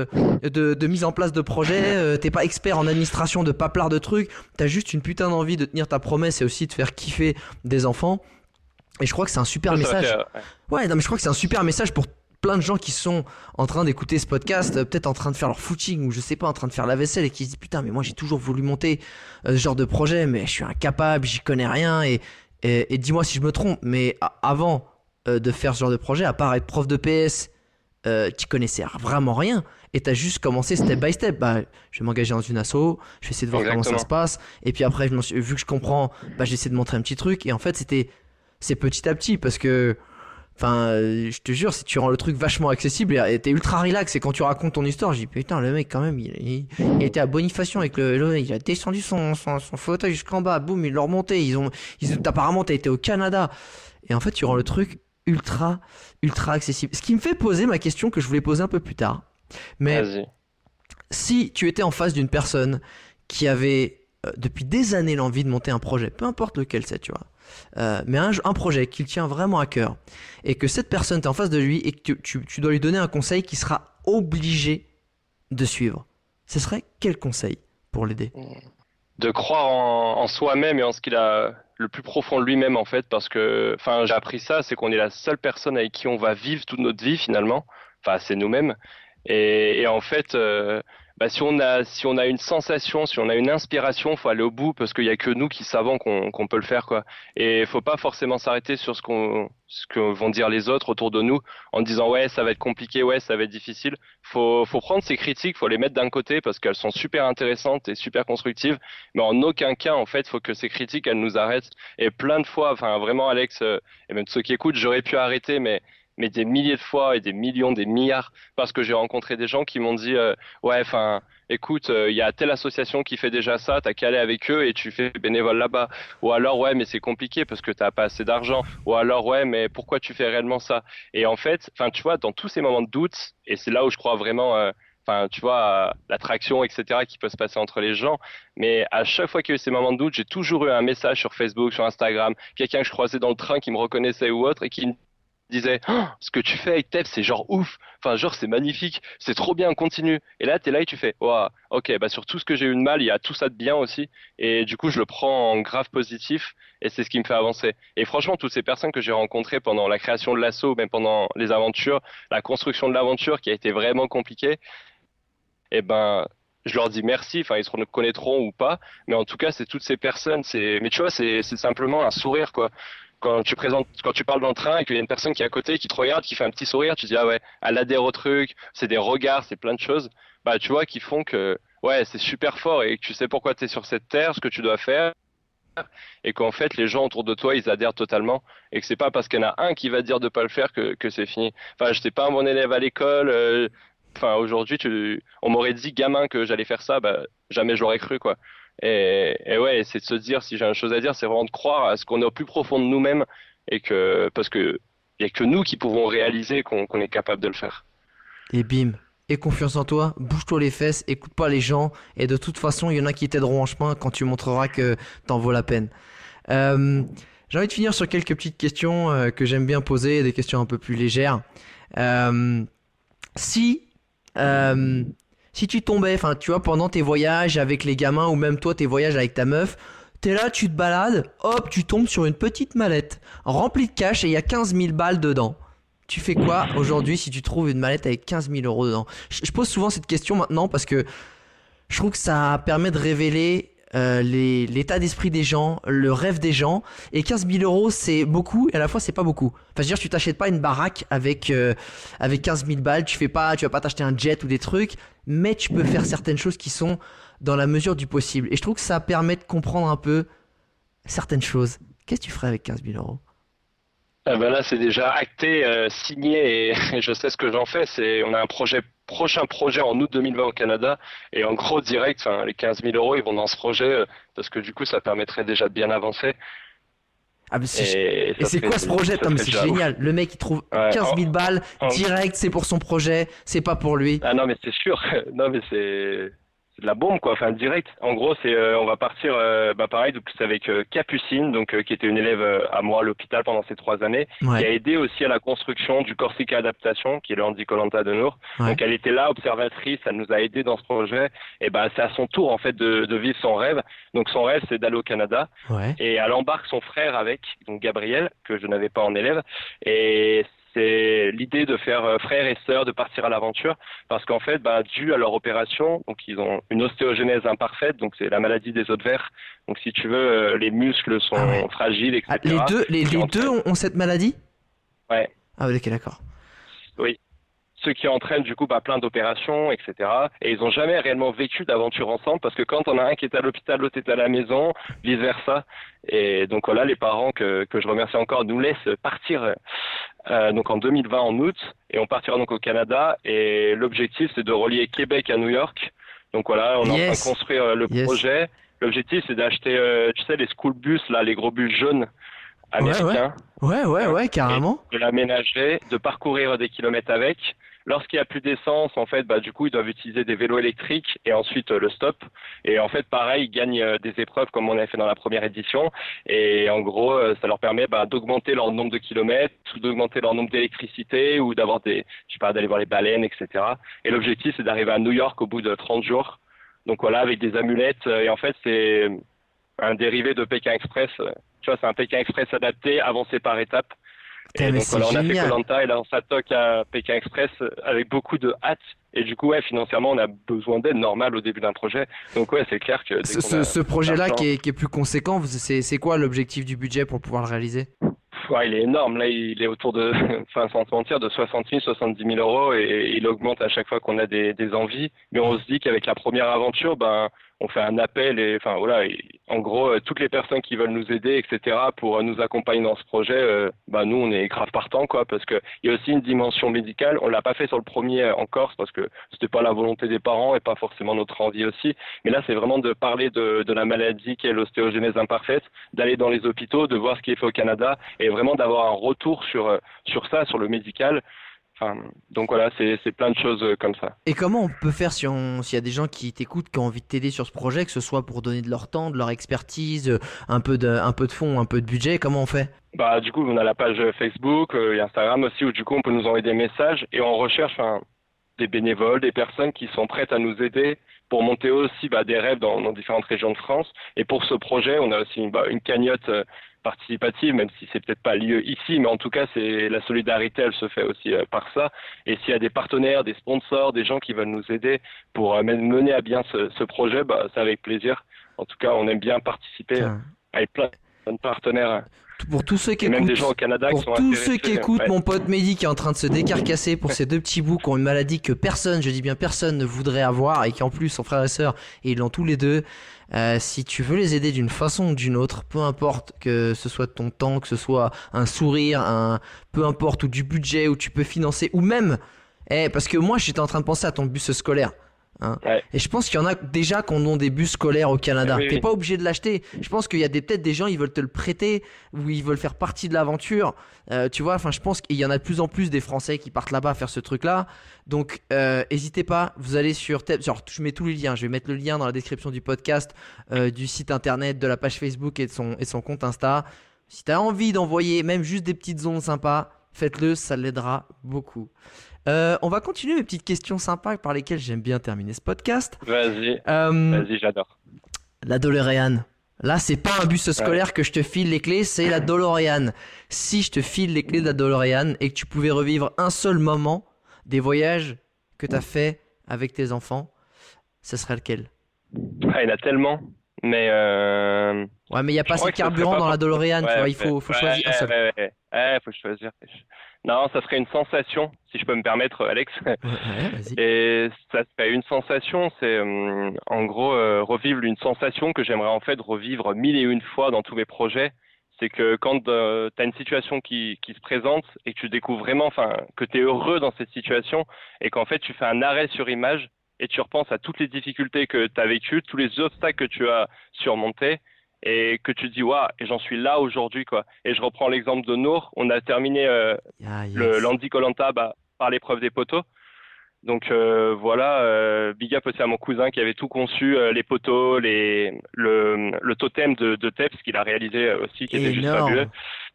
de mise en place de projet, t'es pas expert en administration de paplard de trucs, t'as juste une putain d'envie de tenir ta promesse et aussi de faire kiffer des enfants. Et je crois que c'est un super message. Ouais, non mais je crois que c'est un super message pour plein de gens qui sont en train d'écouter ce podcast, peut-être en train de faire leur footing ou je sais pas, en train de faire la vaisselle et qui se disent putain mais moi j'ai toujours voulu monter ce genre de projet mais je suis incapable, j'y connais rien et dis-moi si je me trompe, mais avant de faire ce genre de projet, à part être prof de PS, tu connaissais vraiment rien et t'as juste commencé step by step. Bah je vais m'engager dans une asso, je vais essayer de voir comment ça se passe et puis après vu que je comprends, bah j'essaie de montrer un petit truc et en fait c'est petit à petit parce que enfin, je te jure, si tu rends le truc vachement accessible et t'es ultra relax et quand tu racontes ton histoire, je dis putain, le mec quand même, il était à Bonifacio avec il a descendu son fauteuil jusqu'en bas, boum, il l'a remonté. Apparemment, t'as été au Canada et en fait, tu rends le truc ultra accessible. Ce qui me fait poser ma question que je voulais poser un peu plus tard. Mais Vas-y. si tu étais en face d'une personne qui avait depuis des années l'envie de monter un projet, peu importe lequel c'est, tu vois. Mais un projet qu'il tient vraiment à cœur et que cette personne t'es en face de lui et que tu dois lui donner un conseil qu'il sera obligé de suivre, ce serait quel conseil pour l'aider? De croire en soi-même et en ce qu'il a le plus profond de lui-même en fait, parce que enfin j'ai appris ça, c'est qu'on est la seule personne avec qui on va vivre toute notre vie finalement, enfin c'est nous-mêmes et en fait bah, si on a une sensation, si on a une inspiration, faut aller au bout parce qu'il y a que nous qui savons qu'on peut le faire quoi. Et faut pas forcément s'arrêter sur ce que vont dire les autres autour de nous en disant ouais ça va être compliqué, ouais ça va être difficile. Faut prendre ces critiques, faut les mettre d'un côté parce qu'elles sont super intéressantes et super constructives, mais en aucun cas en fait faut que ces critiques elles nous arrêtent. Et plein de fois, enfin vraiment Alex et même ceux qui écoutent, j'aurais pu arrêter mais des milliers de fois et des millions, des milliards, parce que j'ai rencontré des gens qui m'ont dit ouais, enfin, écoute, il y a telle association qui fait déjà ça, t'as qu'à aller avec eux et tu fais bénévole là-bas. Ou alors ouais, mais c'est compliqué parce que t'as pas assez d'argent. Ou alors ouais, mais pourquoi tu fais réellement ça? Et en fait, enfin, tu vois, dans tous ces moments de doute, et c'est là où je crois vraiment. Enfin, tu vois, l'attraction, etc., qui peut se passer entre les gens. Mais à chaque fois qu'il y a eu ces moments de doute, j'ai toujours eu un message sur Facebook, sur Instagram, quelqu'un que je croisais dans le train qui me reconnaissait ou autre et qui me disait oh, ce que tu fais avec Tef c'est genre ouf, enfin genre c'est magnifique, c'est trop bien, continue. Et là t'es là et tu fais waouh, ok, bah sur tout ce que j'ai eu de mal il y a tout ça de bien aussi et du coup je le prends en grave positif et c'est ce qui me fait avancer. Et franchement toutes ces personnes que j'ai rencontrées pendant la création de l'asso, même pendant les aventures, la construction de l'aventure qui a été vraiment compliquée, et ben je leur dis merci, enfin ils se reconnaîtront ou pas, mais en tout cas c'est toutes ces personnes, mais tu vois c'est simplement un sourire quoi. Quand tu parles dans le train et qu'il y a une personne qui est à côté, qui te regarde, qui fait un petit sourire, tu te dis ah ouais, elle adhère au truc, c'est des regards, c'est plein de choses, bah tu vois, qui font que ouais, c'est super fort et que tu sais pourquoi tu es sur cette terre, ce que tu dois faire, et qu'en fait les gens autour de toi ils adhèrent totalement et que c'est pas parce qu'il y en a un qui va te dire de pas le faire que c'est fini. Enfin, j'étais pas un bon élève à l'école, enfin aujourd'hui on m'aurait dit gamin que j'allais faire ça, bah jamais j'aurais cru quoi. Et ouais, c'est de se dire, si j'ai une chose à dire, c'est vraiment de croire à ce qu'on est au plus profond de nous-mêmes et parce que il y a que nous qui pouvons réaliser qu'on est capable de le faire. Et bim, aie confiance en toi, bouge-toi les fesses, écoute pas les gens et de toute façon, il y en a qui t'aideront en chemin quand tu montreras que t'en vaut la peine. J'ai envie de finir sur quelques petites questions que j'aime bien poser, des questions un peu plus légères. Si tu tombais, enfin tu vois, pendant tes voyages avec les gamins ou même toi tes voyages avec ta meuf, t'es là, tu te balades, hop, tu tombes sur une petite mallette remplie de cash et il y a 15 000 balles dedans. Tu fais quoi aujourd'hui si tu trouves une mallette avec 15 000 euros dedans? Je pose souvent cette question maintenant parce que je trouve que ça permet de révéler l'état d'esprit des gens, le rêve des gens. Et 15 000 euros, c'est beaucoup et à la fois, c'est pas beaucoup. Enfin, je veux dire, tu t'achètes pas une baraque avec 15 000 balles, tu vas pas t'acheter un jet ou des trucs, mais tu peux faire certaines choses qui sont dans la mesure du possible. Et je trouve que ça permet de comprendre un peu certaines choses. Qu'est-ce que tu ferais avec 15 000 euros? Ah ben là, c'est déjà acté, signé et je sais ce que j'en fais. On a un prochain projet en août 2020 au Canada et en gros direct, enfin, les 15 000 euros, ils vont dans ce projet parce que du coup, ça permettrait déjà de bien avancer. Ah, mais Et et ça c'est serait, quoi ce projet? ça Non, mais serait c'est déjà ouf. génial. Le mec, il trouve Ouais, 15 000 balles en- direct, c'est pour son projet, c'est pas pour lui. Ah non, mais c'est sûr. Non, mais c'est de la bombe, quoi. Enfin, direct. En gros, on va partir, pareil, donc c'est avec Capucine, donc qui était une élève à moi à l'hôpital pendant ces 3 années, qui a Ouais, aidé aussi à la construction du Corsica Adaptation, qui est le Handi Koh Lanta de Nour. ouais. Donc, elle était là, observatrice, elle nous a aidé dans ce projet. Et c'est à son tour, en fait, de vivre son rêve. Donc, son rêve, c'est d'aller au Canada. Ouais. Et elle embarque son frère avec, donc Gabriel, que je n'avais pas en élève. Et c'est l'idée de faire frère et sœur, de partir à l'aventure, parce qu'en fait, dû à leur opération, donc ils ont une ostéogenèse imparfaite, donc c'est la maladie des os de verre. Donc si tu veux, les muscles sont Ah ouais. fragiles, Ah, etc. les Qui deux entraînent- ont cette maladie? Ouais, Ah, ouais, ok, d'accord. oui. Ce qui entraîne du coup plein d'opérations, etc. Et ils n'ont jamais réellement vécu d'aventure ensemble parce que quand on a un qui est à l'hôpital, l'autre est à la maison, vice versa. Et donc voilà, les parents que je remercie encore nous laissent partir donc en 2020 en août et on partira donc au Canada. Et l'objectif c'est de relier Québec à New York. Donc voilà, on est en train de Yes. construire le Yes. projet. L'objectif c'est d'acheter, tu sais, les school bus là, les gros bus jaunes Ouais, américains. ouais, carrément. De l'aménager, de parcourir des kilomètres avec. Lorsqu'il n'y a plus d'essence, en fait, du coup, ils doivent utiliser des vélos électriques et ensuite le stop. Et en fait, pareil, ils gagnent des épreuves comme on avait fait dans la première édition. Et en gros, ça leur permet d'augmenter leur nombre de kilomètres, ou d'augmenter leur nombre d'électricité, ou d'avoir d'aller voir les baleines, etc. Et l'objectif, c'est d'arriver à New York au bout de 30 jours. Donc voilà, avec des amulettes. Et en fait, c'est un dérivé de Pékin Express. Tu vois, c'est un Pékin Express adapté, avancé par étapes. Putain, Et mais donc c'est voilà, on a fait génial. Koh Lanta et là on s'attaque à Pékin Express avec beaucoup de hâte. Et du coup, ouais, financièrement, on a besoin d'aide normale au début d'un projet. Donc ouais, c'est clair que dès Ce projet-là l'argent, qui est plus conséquent, c'est quoi l'objectif du budget pour pouvoir le réaliser? ouais, il est énorme. Là, il est autour de, enfin, sans se mentir, de 60 000, 70 000 euros et il augmente à chaque fois qu'on a des envies. Mais on se dit qu'avec la première aventure, on fait un appel et, enfin, voilà, en gros, toutes les personnes qui veulent nous aider, etc., pour nous accompagner dans ce projet, nous, on est grave partant, quoi, parce que il y a aussi une dimension médicale. On l'a pas fait sur le premier en Corse parce que c'était pas la volonté des parents et pas forcément notre envie aussi. Mais là, c'est vraiment de parler de la maladie qui est l'ostéogenèse imparfaite, d'aller dans les hôpitaux, de voir ce qui est fait au Canada et vraiment d'avoir un retour sur ça, sur le médical. Enfin, donc voilà, c'est plein de choses comme ça. Et comment on peut faire s'il y a des gens qui t'écoutent, qui ont envie de t'aider sur ce projet, que ce soit pour donner de leur temps, de leur expertise, un peu de fonds, un peu de budget, comment on fait? Du coup, on a la page Facebook et Instagram aussi où du coup on peut nous envoyer des messages et on recherche des bénévoles, des personnes qui sont prêtes à nous aider pour monter aussi des rêves dans différentes régions de France. Et pour ce projet, on a aussi une cagnotte participative, même si c'est peut-être pas lieu ici, mais en tout cas, c'est la solidarité, elle se fait aussi par ça. Et s'il y a des partenaires, des sponsors, des gens qui veulent nous aider pour mener à bien ce projet, c'est avec plaisir. En tout cas, on aime bien participer Putain. avec plein de partenaires Pour tous ceux qui et même des écoutent, gens au Canada qui pour sont tous ceux qui intéressés. écoutent Ouais. mon pote Mehdi qui est en train de se décarcasser pour ces deux petits bouts qui ont une maladie que personne, je dis bien personne, ne voudrait avoir et qui en plus sont frères et sœurs et ils l'ont tous les deux. Si tu veux les aider d'une façon ou d'une autre, peu importe que ce soit ton temps, que ce soit un sourire, peu importe, ou du budget, où tu peux financer, ou même, parce que moi j'étais en train de penser à ton bus scolaire. Hein. Ouais. Et je pense qu'il y en a déjà qui en ont des bus scolaires au Canada. Oui, T'es oui. pas obligé de l'acheter. Je pense qu'il y a peut-être des gens, ils veulent te le prêter ou ils veulent faire partie de l'aventure. Tu vois, enfin, je pense qu'il y en a de plus en plus des Français qui partent là-bas faire ce truc-là. Donc, n'hésitez pas. Vous allez sur, je mets tous les liens. Je vais mettre le lien dans la description du podcast, du site internet, de la page Facebook et de son compte Insta. Si t'as envie d'envoyer même juste des petites ondes sympas, faites-le, ça l'aidera beaucoup. On va continuer mes petites questions sympas par lesquelles j'aime bien terminer ce podcast. Vas-y, j'adore. La DeLorean. Là, c'est pas un bus scolaire que je te file les clés, c'est la DeLorean. Si je te file les clés de la DeLorean et que tu pouvais revivre un seul moment des voyages que t'as fait avec tes enfants, ce serait lequel? Il y en a tellement. Mais Ouais, mais il y a je pas assez crois de que ce serait carburant pas dans la forcément. DeLorean, tu vois, Ouais, il faut choisir un seul. faut choisir. Non, ça serait une sensation, si je peux me permettre, Alex. Ouais, vas-y. Et ça serait une sensation, c'est en gros revivre une sensation que j'aimerais en fait revivre mille et une fois dans tous mes projets. C'est que quand tu as une situation qui se présente et que tu découvres vraiment, enfin, que tu es heureux dans cette situation et qu'en fait tu fais un arrêt sur image et tu repenses à toutes les difficultés que tu as vécues, tous les obstacles que tu as surmontés et que tu te dis, waouh, et j'en suis là aujourd'hui, quoi. Et je reprends l'exemple de Nour, on a terminé Ah, le yes. Landy koh par l'épreuve des poteaux. Donc voilà, big up aussi à mon cousin qui avait tout conçu, les poteaux, le totem de Teps qu'il a réalisé aussi, qui était juste fabuleux. Énorme.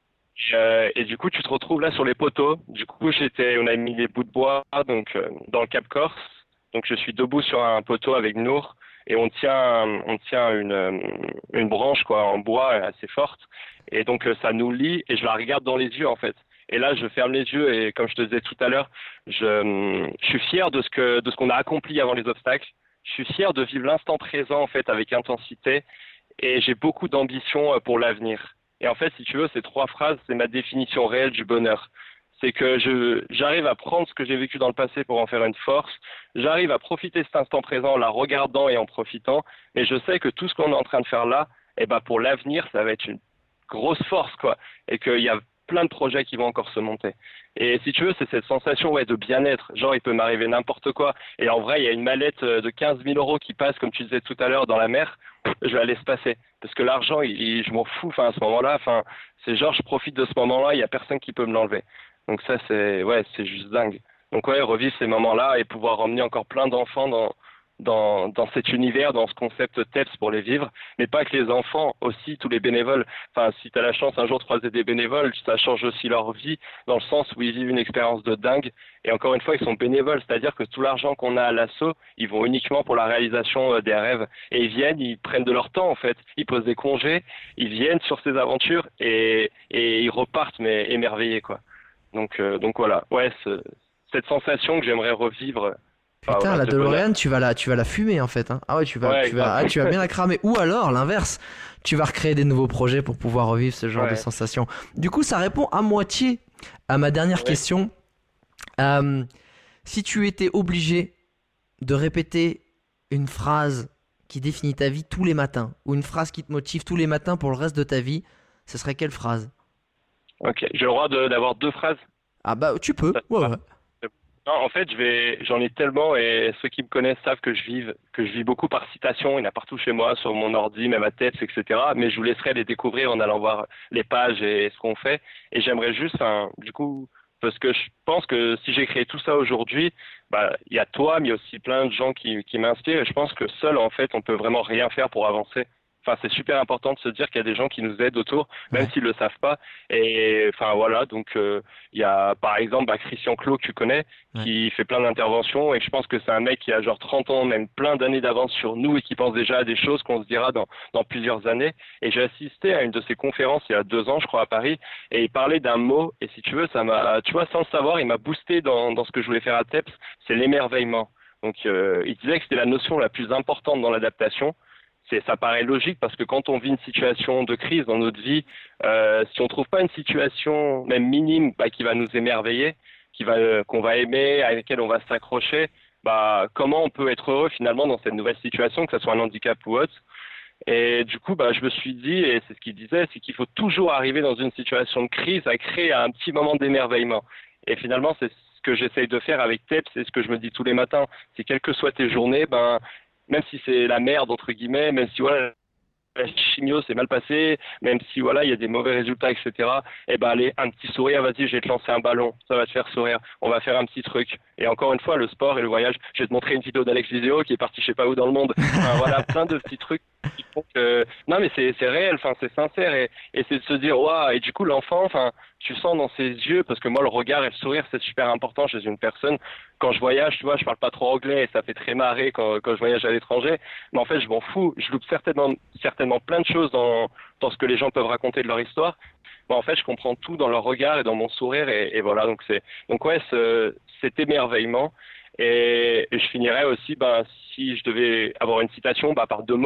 Et du coup, tu te retrouves là sur les poteaux. Du coup, on a mis les bouts de bois donc dans le Cap Corse. Donc je suis debout sur un poteau avec Nour et on tient une branche quoi en bois assez forte. Et donc ça nous lie et je la regarde dans les yeux en fait. Et là, je ferme les yeux et comme je te disais tout à l'heure, je suis fier de ce qu'on a accompli avant les obstacles. Je suis fier de vivre l'instant présent en fait avec intensité et j'ai beaucoup d'ambition pour l'avenir. Et en fait, si tu veux, ces trois phrases, c'est ma définition réelle du bonheur. C'est que j'arrive à prendre ce que j'ai vécu dans le passé pour en faire une force. J'arrive à profiter de cet instant présent en la regardant et en profitant. Mais je sais que tout ce qu'on est en train de faire là, eh ben, pour l'avenir, ça va être une grosse force, quoi. Et qu'il y a plein de projets qui vont encore se monter. Et si tu veux, c'est cette sensation ouais, de bien-être. Genre, il peut m'arriver n'importe quoi. Et en vrai, il y a une mallette de 15 000 euros qui passe, comme tu disais tout à l'heure, dans la mer. Je la laisse passer. Parce que l'argent, je m'en fous. Enfin, à ce moment-là, enfin, c'est genre, je profite de ce moment-là. Il y a personne qui peut me l'enlever. Donc ça, c'est juste dingue. Donc ouais, revivre ces moments-là et pouvoir emmener encore plein d'enfants dans cet univers, dans ce concept TEPS pour les vivre, mais pas que les enfants, aussi tous les bénévoles. Enfin, si tu as la chance un jour de croiser des bénévoles, ça change aussi leur vie, dans le sens où ils vivent une expérience de dingue. Et encore une fois, ils sont bénévoles, c'est-à-dire que tout l'argent qu'on a à l'assaut, ils vont uniquement pour la réalisation des rêves. Et ils viennent, ils prennent de leur temps en fait, ils posent des congés, ils viennent sur ces aventures et ils repartent, mais émerveillés quoi. Donc voilà, ouais, cette sensation que j'aimerais revivre. Enfin, Putain, voilà, la ce bonheur. DeLorean, tu vas la fumer en fait, hein. Ah ouais, Ouais, grave. tu vas bien la cramer. Ou alors, l'inverse, tu vas recréer des nouveaux projets pour pouvoir revivre ce genre de Ouais. sensation. Du coup, ça répond à moitié à ma dernière Ouais. question. Euh, Si tu étais obligé de répéter une phrase qui définit ta vie tous les matins, ou une phrase qui te motive tous les matins pour le reste de ta vie, ce serait quelle phrase? Ok, j'ai le droit d'avoir deux phrases. Ah bah, tu peux, Ça te ouais, va? ouais. Non, en fait, j'en ai tellement et ceux qui me connaissent savent que je vis beaucoup par citation. Il y en a partout chez moi, sur mon ordi, même à tête, etc. Mais je vous laisserai les découvrir en allant voir les pages et ce qu'on fait. Et j'aimerais juste, enfin, du coup, parce que je pense que si j'ai créé tout ça aujourd'hui, bah, il y a toi, mais il y a aussi plein de gens qui m'inspirent. Et je pense que seul, en fait, on peut vraiment rien faire pour avancer. Enfin, c'est super important de se dire qu'il y a des gens qui nous aident autour, même Ouais, s'ils le savent pas. Et enfin voilà, donc il y a par exemple Christian Clot que tu connais, ouais. qui fait plein d'interventions et je pense que c'est un mec qui a genre 30 ans, même plein d'années d'avance sur nous et qui pense déjà à des choses qu'on se dira dans plusieurs années. Et j'ai assisté à une de ses conférences il y a 2 ans, je crois, à Paris, et il parlait d'un mot, et si tu veux, tu vois, sans le savoir, il m'a boosté dans ce que je voulais faire à TEPS, c'est l'émerveillement. Donc il disait que c'était la notion la plus importante dans l'adaptation. Ça paraît logique parce que quand on vit une situation de crise dans notre vie, si on trouve pas une situation même minime bah, qui va nous émerveiller, qu'on va aimer, à laquelle on va s'accrocher, bah comment on peut être heureux finalement dans cette nouvelle situation, que ce soit un handicap ou autre. Et du coup, bah je me suis dit, et c'est ce qu'il disait, c'est qu'il faut toujours arriver dans une situation de crise à créer un petit moment d'émerveillement. Et finalement, c'est ce que j'essaye de faire avec TEP, c'est ce que je me dis tous les matins. C'est quelles que soient tes journées, ben même si c'est la merde entre guillemets, même si voilà la chimio s'est mal passé, même si voilà il y a des mauvais résultats, etc. Eh ben allez, un petit sourire, vas-y, je vais te lancer un ballon, ça va te faire sourire. On va faire un petit truc. Et encore une fois, le sport et le voyage, je vais te montrer une vidéo d'Alex Viseo qui est parti je sais pas où dans le monde. Enfin, voilà, plein de petits trucs qui font que non mais c'est réel, enfin c'est sincère et c'est de se dire waouh et du coup l'enfant, enfin tu sens dans ses yeux parce que moi le regard et le sourire c'est super important chez une personne. Quand je voyage, tu vois, je parle pas trop anglais et ça fait très marrer quand je voyage à l'étranger. Mais en fait, je m'en fous. Je loupe certainement plein de choses dans ce que les gens peuvent raconter de leur histoire. Mais en fait, je comprends tout dans leur regard et dans mon sourire. Et voilà, donc ouais, cet émerveillement. Et je finirais aussi, bah, si je devais avoir une citation, bah, par deux mots,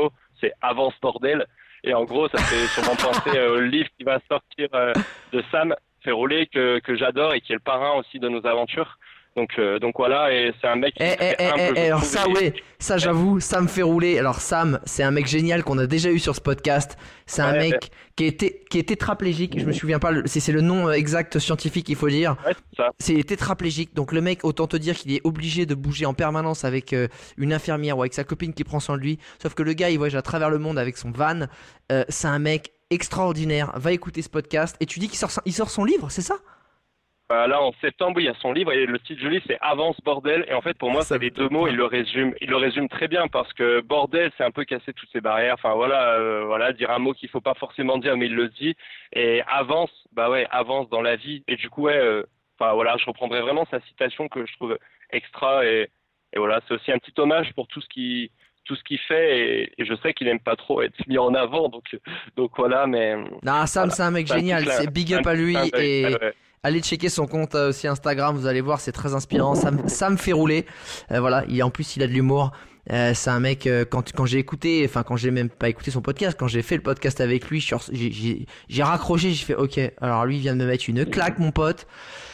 c'est Avance Bordel. Et en gros, ça fait sûrement penser au livre qui va sortir de Sam Ferroulet que j'adore et qui est le parrain aussi de nos aventures. Donc voilà, et c'est un mec qui est humble, je alors trouve, ça, ouais, ça j'avoue, ça me fait rouler. Alors Sam, c'est un mec génial qu'on a déjà eu sur ce podcast. C'est un mec qui est tétraplégique. Je me souviens pas, c'est le nom exact scientifique, il faut dire. Ouais, c'est ça. C'est tétraplégique. Donc le mec, autant te dire qu'il est obligé de bouger en permanence avec une infirmière ou avec sa copine qui prend soin de lui. Sauf que le gars, il voyage à travers le monde avec son van. C'est un mec extraordinaire. Va écouter ce podcast. Et tu dis qu'il sort son livre, c'est ça? Là, en septembre, il y a son livre et le titre du livre, c'est Avance Bordel. Et en fait, pour moi, c'est les deux mots, il le résume très bien parce que bordel, c'est un peu casser toutes ces barrières. Enfin, voilà, dire un mot qu'il faut pas forcément dire, mais il le dit. Et avance, avance dans la vie. Et du coup, voilà, je reprendrai vraiment sa citation que je trouve extra. Et voilà, c'est aussi un petit hommage pour tout ce qu'il fait. Et je sais qu'il aime pas trop être mis en avant. Donc voilà, mais. Non, Sam, voilà, c'est un mec génial. C'est big up à lui. Allez checker son compte aussi Instagram, vous allez voir, c'est très inspirant. Ça me fait rouler. Voilà, en plus il a de l'humour. C'est un mec quand j'ai écouté, enfin quand j'ai même pas écouté son podcast, quand j'ai fait le podcast avec lui, j'ai raccroché, j'ai fait OK. Alors lui il vient de me mettre une claque, mon pote.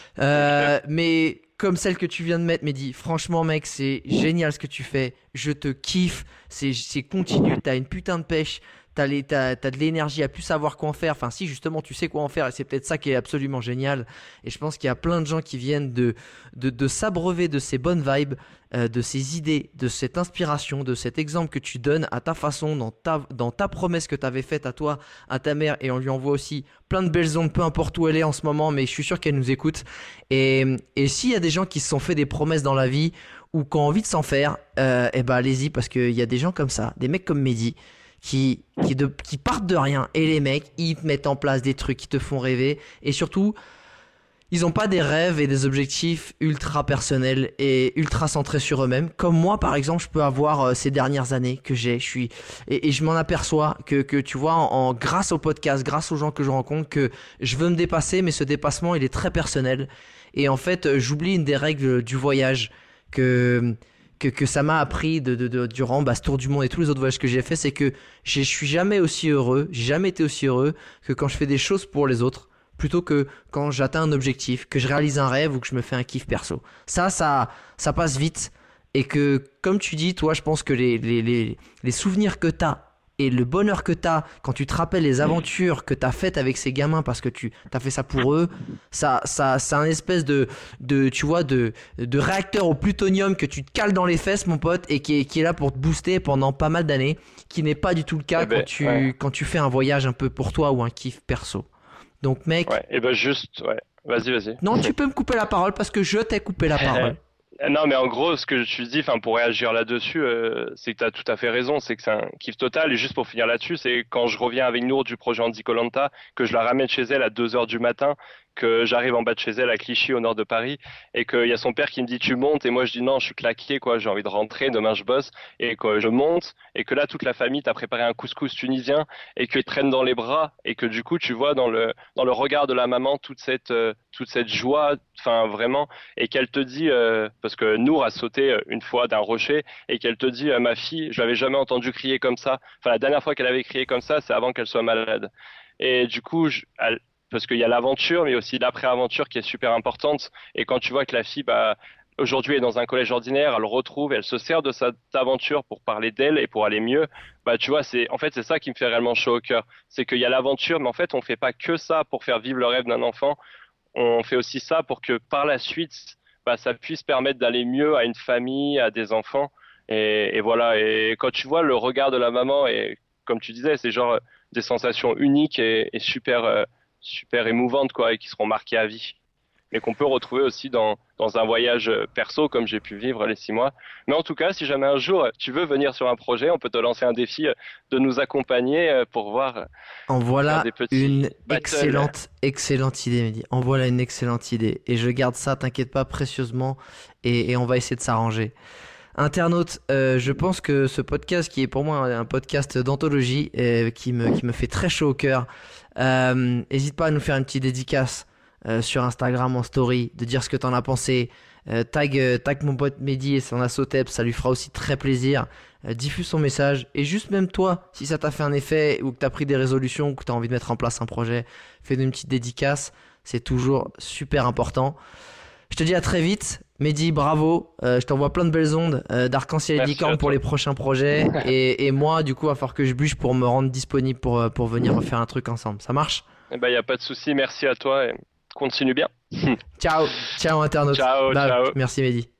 Mais comme celle que tu viens de mettre, Mehdi, franchement mec, c'est génial ce que tu fais. Je te kiffe. C'est continu. T'as une putain de pêche. T'as de l'énergie à plus savoir quoi en faire. Enfin, si justement tu sais quoi en faire, et c'est peut-être ça qui est absolument génial. Et je pense qu'il y a plein de gens qui viennent de s'abreuver de ces bonnes vibes, de ces idées, de cette inspiration, de cet exemple que tu donnes à ta façon, dans ta promesse que tu avais faite à toi, à ta mère. Et on lui envoie aussi plein de belles ondes, peu importe où elle est en ce moment, mais je suis sûr qu'elle nous écoute. Et s'il y a des gens qui se sont fait des promesses dans la vie ou qui ont envie de s'en faire, allez-y, parce qu'il y a des gens comme ça, des mecs comme Mehdi, qui partent de rien, et les mecs ils te mettent en place des trucs qui te font rêver, et surtout ils ont pas des rêves et des objectifs ultra personnels et ultra centrés sur eux-mêmes comme moi par exemple je peux avoir ces dernières années que j'ai. Et je m'en aperçois que tu vois grâce au podcast, grâce aux gens que je rencontre, que je veux me dépasser, mais ce dépassement il est très personnel. Et en fait j'oublie une des règles du voyage que ça m'a appris durant ce tour du monde et tous les autres voyages que j'ai fait, c'est que je suis jamais aussi heureux, j'ai jamais été aussi heureux que quand je fais des choses pour les autres, plutôt que quand j'atteins un objectif, que je réalise un rêve ou que je me fais un kiff perso. Ça passe vite, et que comme tu dis, toi, je pense que les souvenirs que t'as et le bonheur que t'as quand tu te rappelles les aventures que t'as faites avec ces gamins parce que tu t'as fait ça pour eux, ça un espèce de réacteur au plutonium que tu te cales dans les fesses, mon pote, et qui est là pour te booster pendant pas mal d'années, qui n'est pas du tout le cas quand tu fais un voyage un peu pour toi ou un kiff perso. Donc mec, vas-y. Non, tu peux me couper la parole parce que je t'ai coupé la parole. Non, mais en gros, ce que je dis, pour réagir là-dessus, c'est que tu as tout à fait raison, c'est que c'est un kiff total. Et juste pour finir là-dessus, c'est quand je reviens avec Nour du projet Andy Colanta, que je la ramène chez elle à 2h du matin, que j'arrive en bas de chez elle à Clichy, au nord de Paris, et qu'il y a son père qui me dit tu montes, et moi je dis non, je suis claqué, quoi, j'ai envie de rentrer, demain je bosse, et que je monte, et que là toute la famille t'a préparé un couscous tunisien, et qu'ils te prennent dans les bras, et que du coup tu vois dans le regard de la maman toute cette joie, vraiment, et qu'elle te dit, parce que Nour a sauté une fois d'un rocher, et qu'elle te dit ma fille, je l'avais jamais entendu crier comme ça, la dernière fois qu'elle avait crié comme ça, c'est avant qu'elle soit malade. Et du coup, parce qu'il y a l'aventure, mais aussi l'après-aventure qui est super importante. Et quand tu vois que la fille, aujourd'hui est dans un collège ordinaire, elle retrouve, elle se sert de cette aventure pour parler d'elle et pour aller mieux, tu vois, c'est ça qui me fait réellement chaud au cœur. C'est qu'il y a l'aventure, mais en fait, on fait pas que ça pour faire vivre le rêve d'un enfant. On fait aussi ça pour que par la suite, ça puisse permettre d'aller mieux à une famille, à des enfants. Et voilà. Et quand tu vois le regard de la maman, et comme tu disais, c'est genre des sensations uniques et super émouvantes, quoi, et qui seront marquées à vie, mais qu'on peut retrouver aussi dans un voyage perso comme j'ai pu vivre les 6 mois. Mais en tout cas, si jamais un jour tu veux venir sur un projet, on peut te lancer un défi de nous accompagner pour voir. En voilà une excellente idée, Mehdi. En voilà une excellente idée, et je garde ça, t'inquiète pas, précieusement, et on va essayer de s'arranger. Internaute, je pense que ce podcast, qui est pour moi un podcast d'anthologie, qui me fait très chaud au cœur, n'hésite pas à nous faire une petite dédicace sur Instagram en story, de dire ce que t'en as pensé, Tag mon pote Mehdi et son Assotep, ça lui fera aussi très plaisir. Diffuse son message. Et juste même toi, si ça t'a fait un effet ou que t'as pris des résolutions ou que t'as envie de mettre en place un projet, fais-nous une petite dédicace. C'est toujours super important. Je te dis à très vite. Mehdi, bravo. Je t'envoie plein de belles ondes d'arc-en-ciel et licorne pour les prochains projets. et moi, du coup, il va falloir que je bûche pour me rendre disponible pour venir refaire un truc ensemble. Ça marche? Eh ben, y a pas de souci. Merci à toi et continue bien. Ciao internaute. Ciao. Merci Mehdi.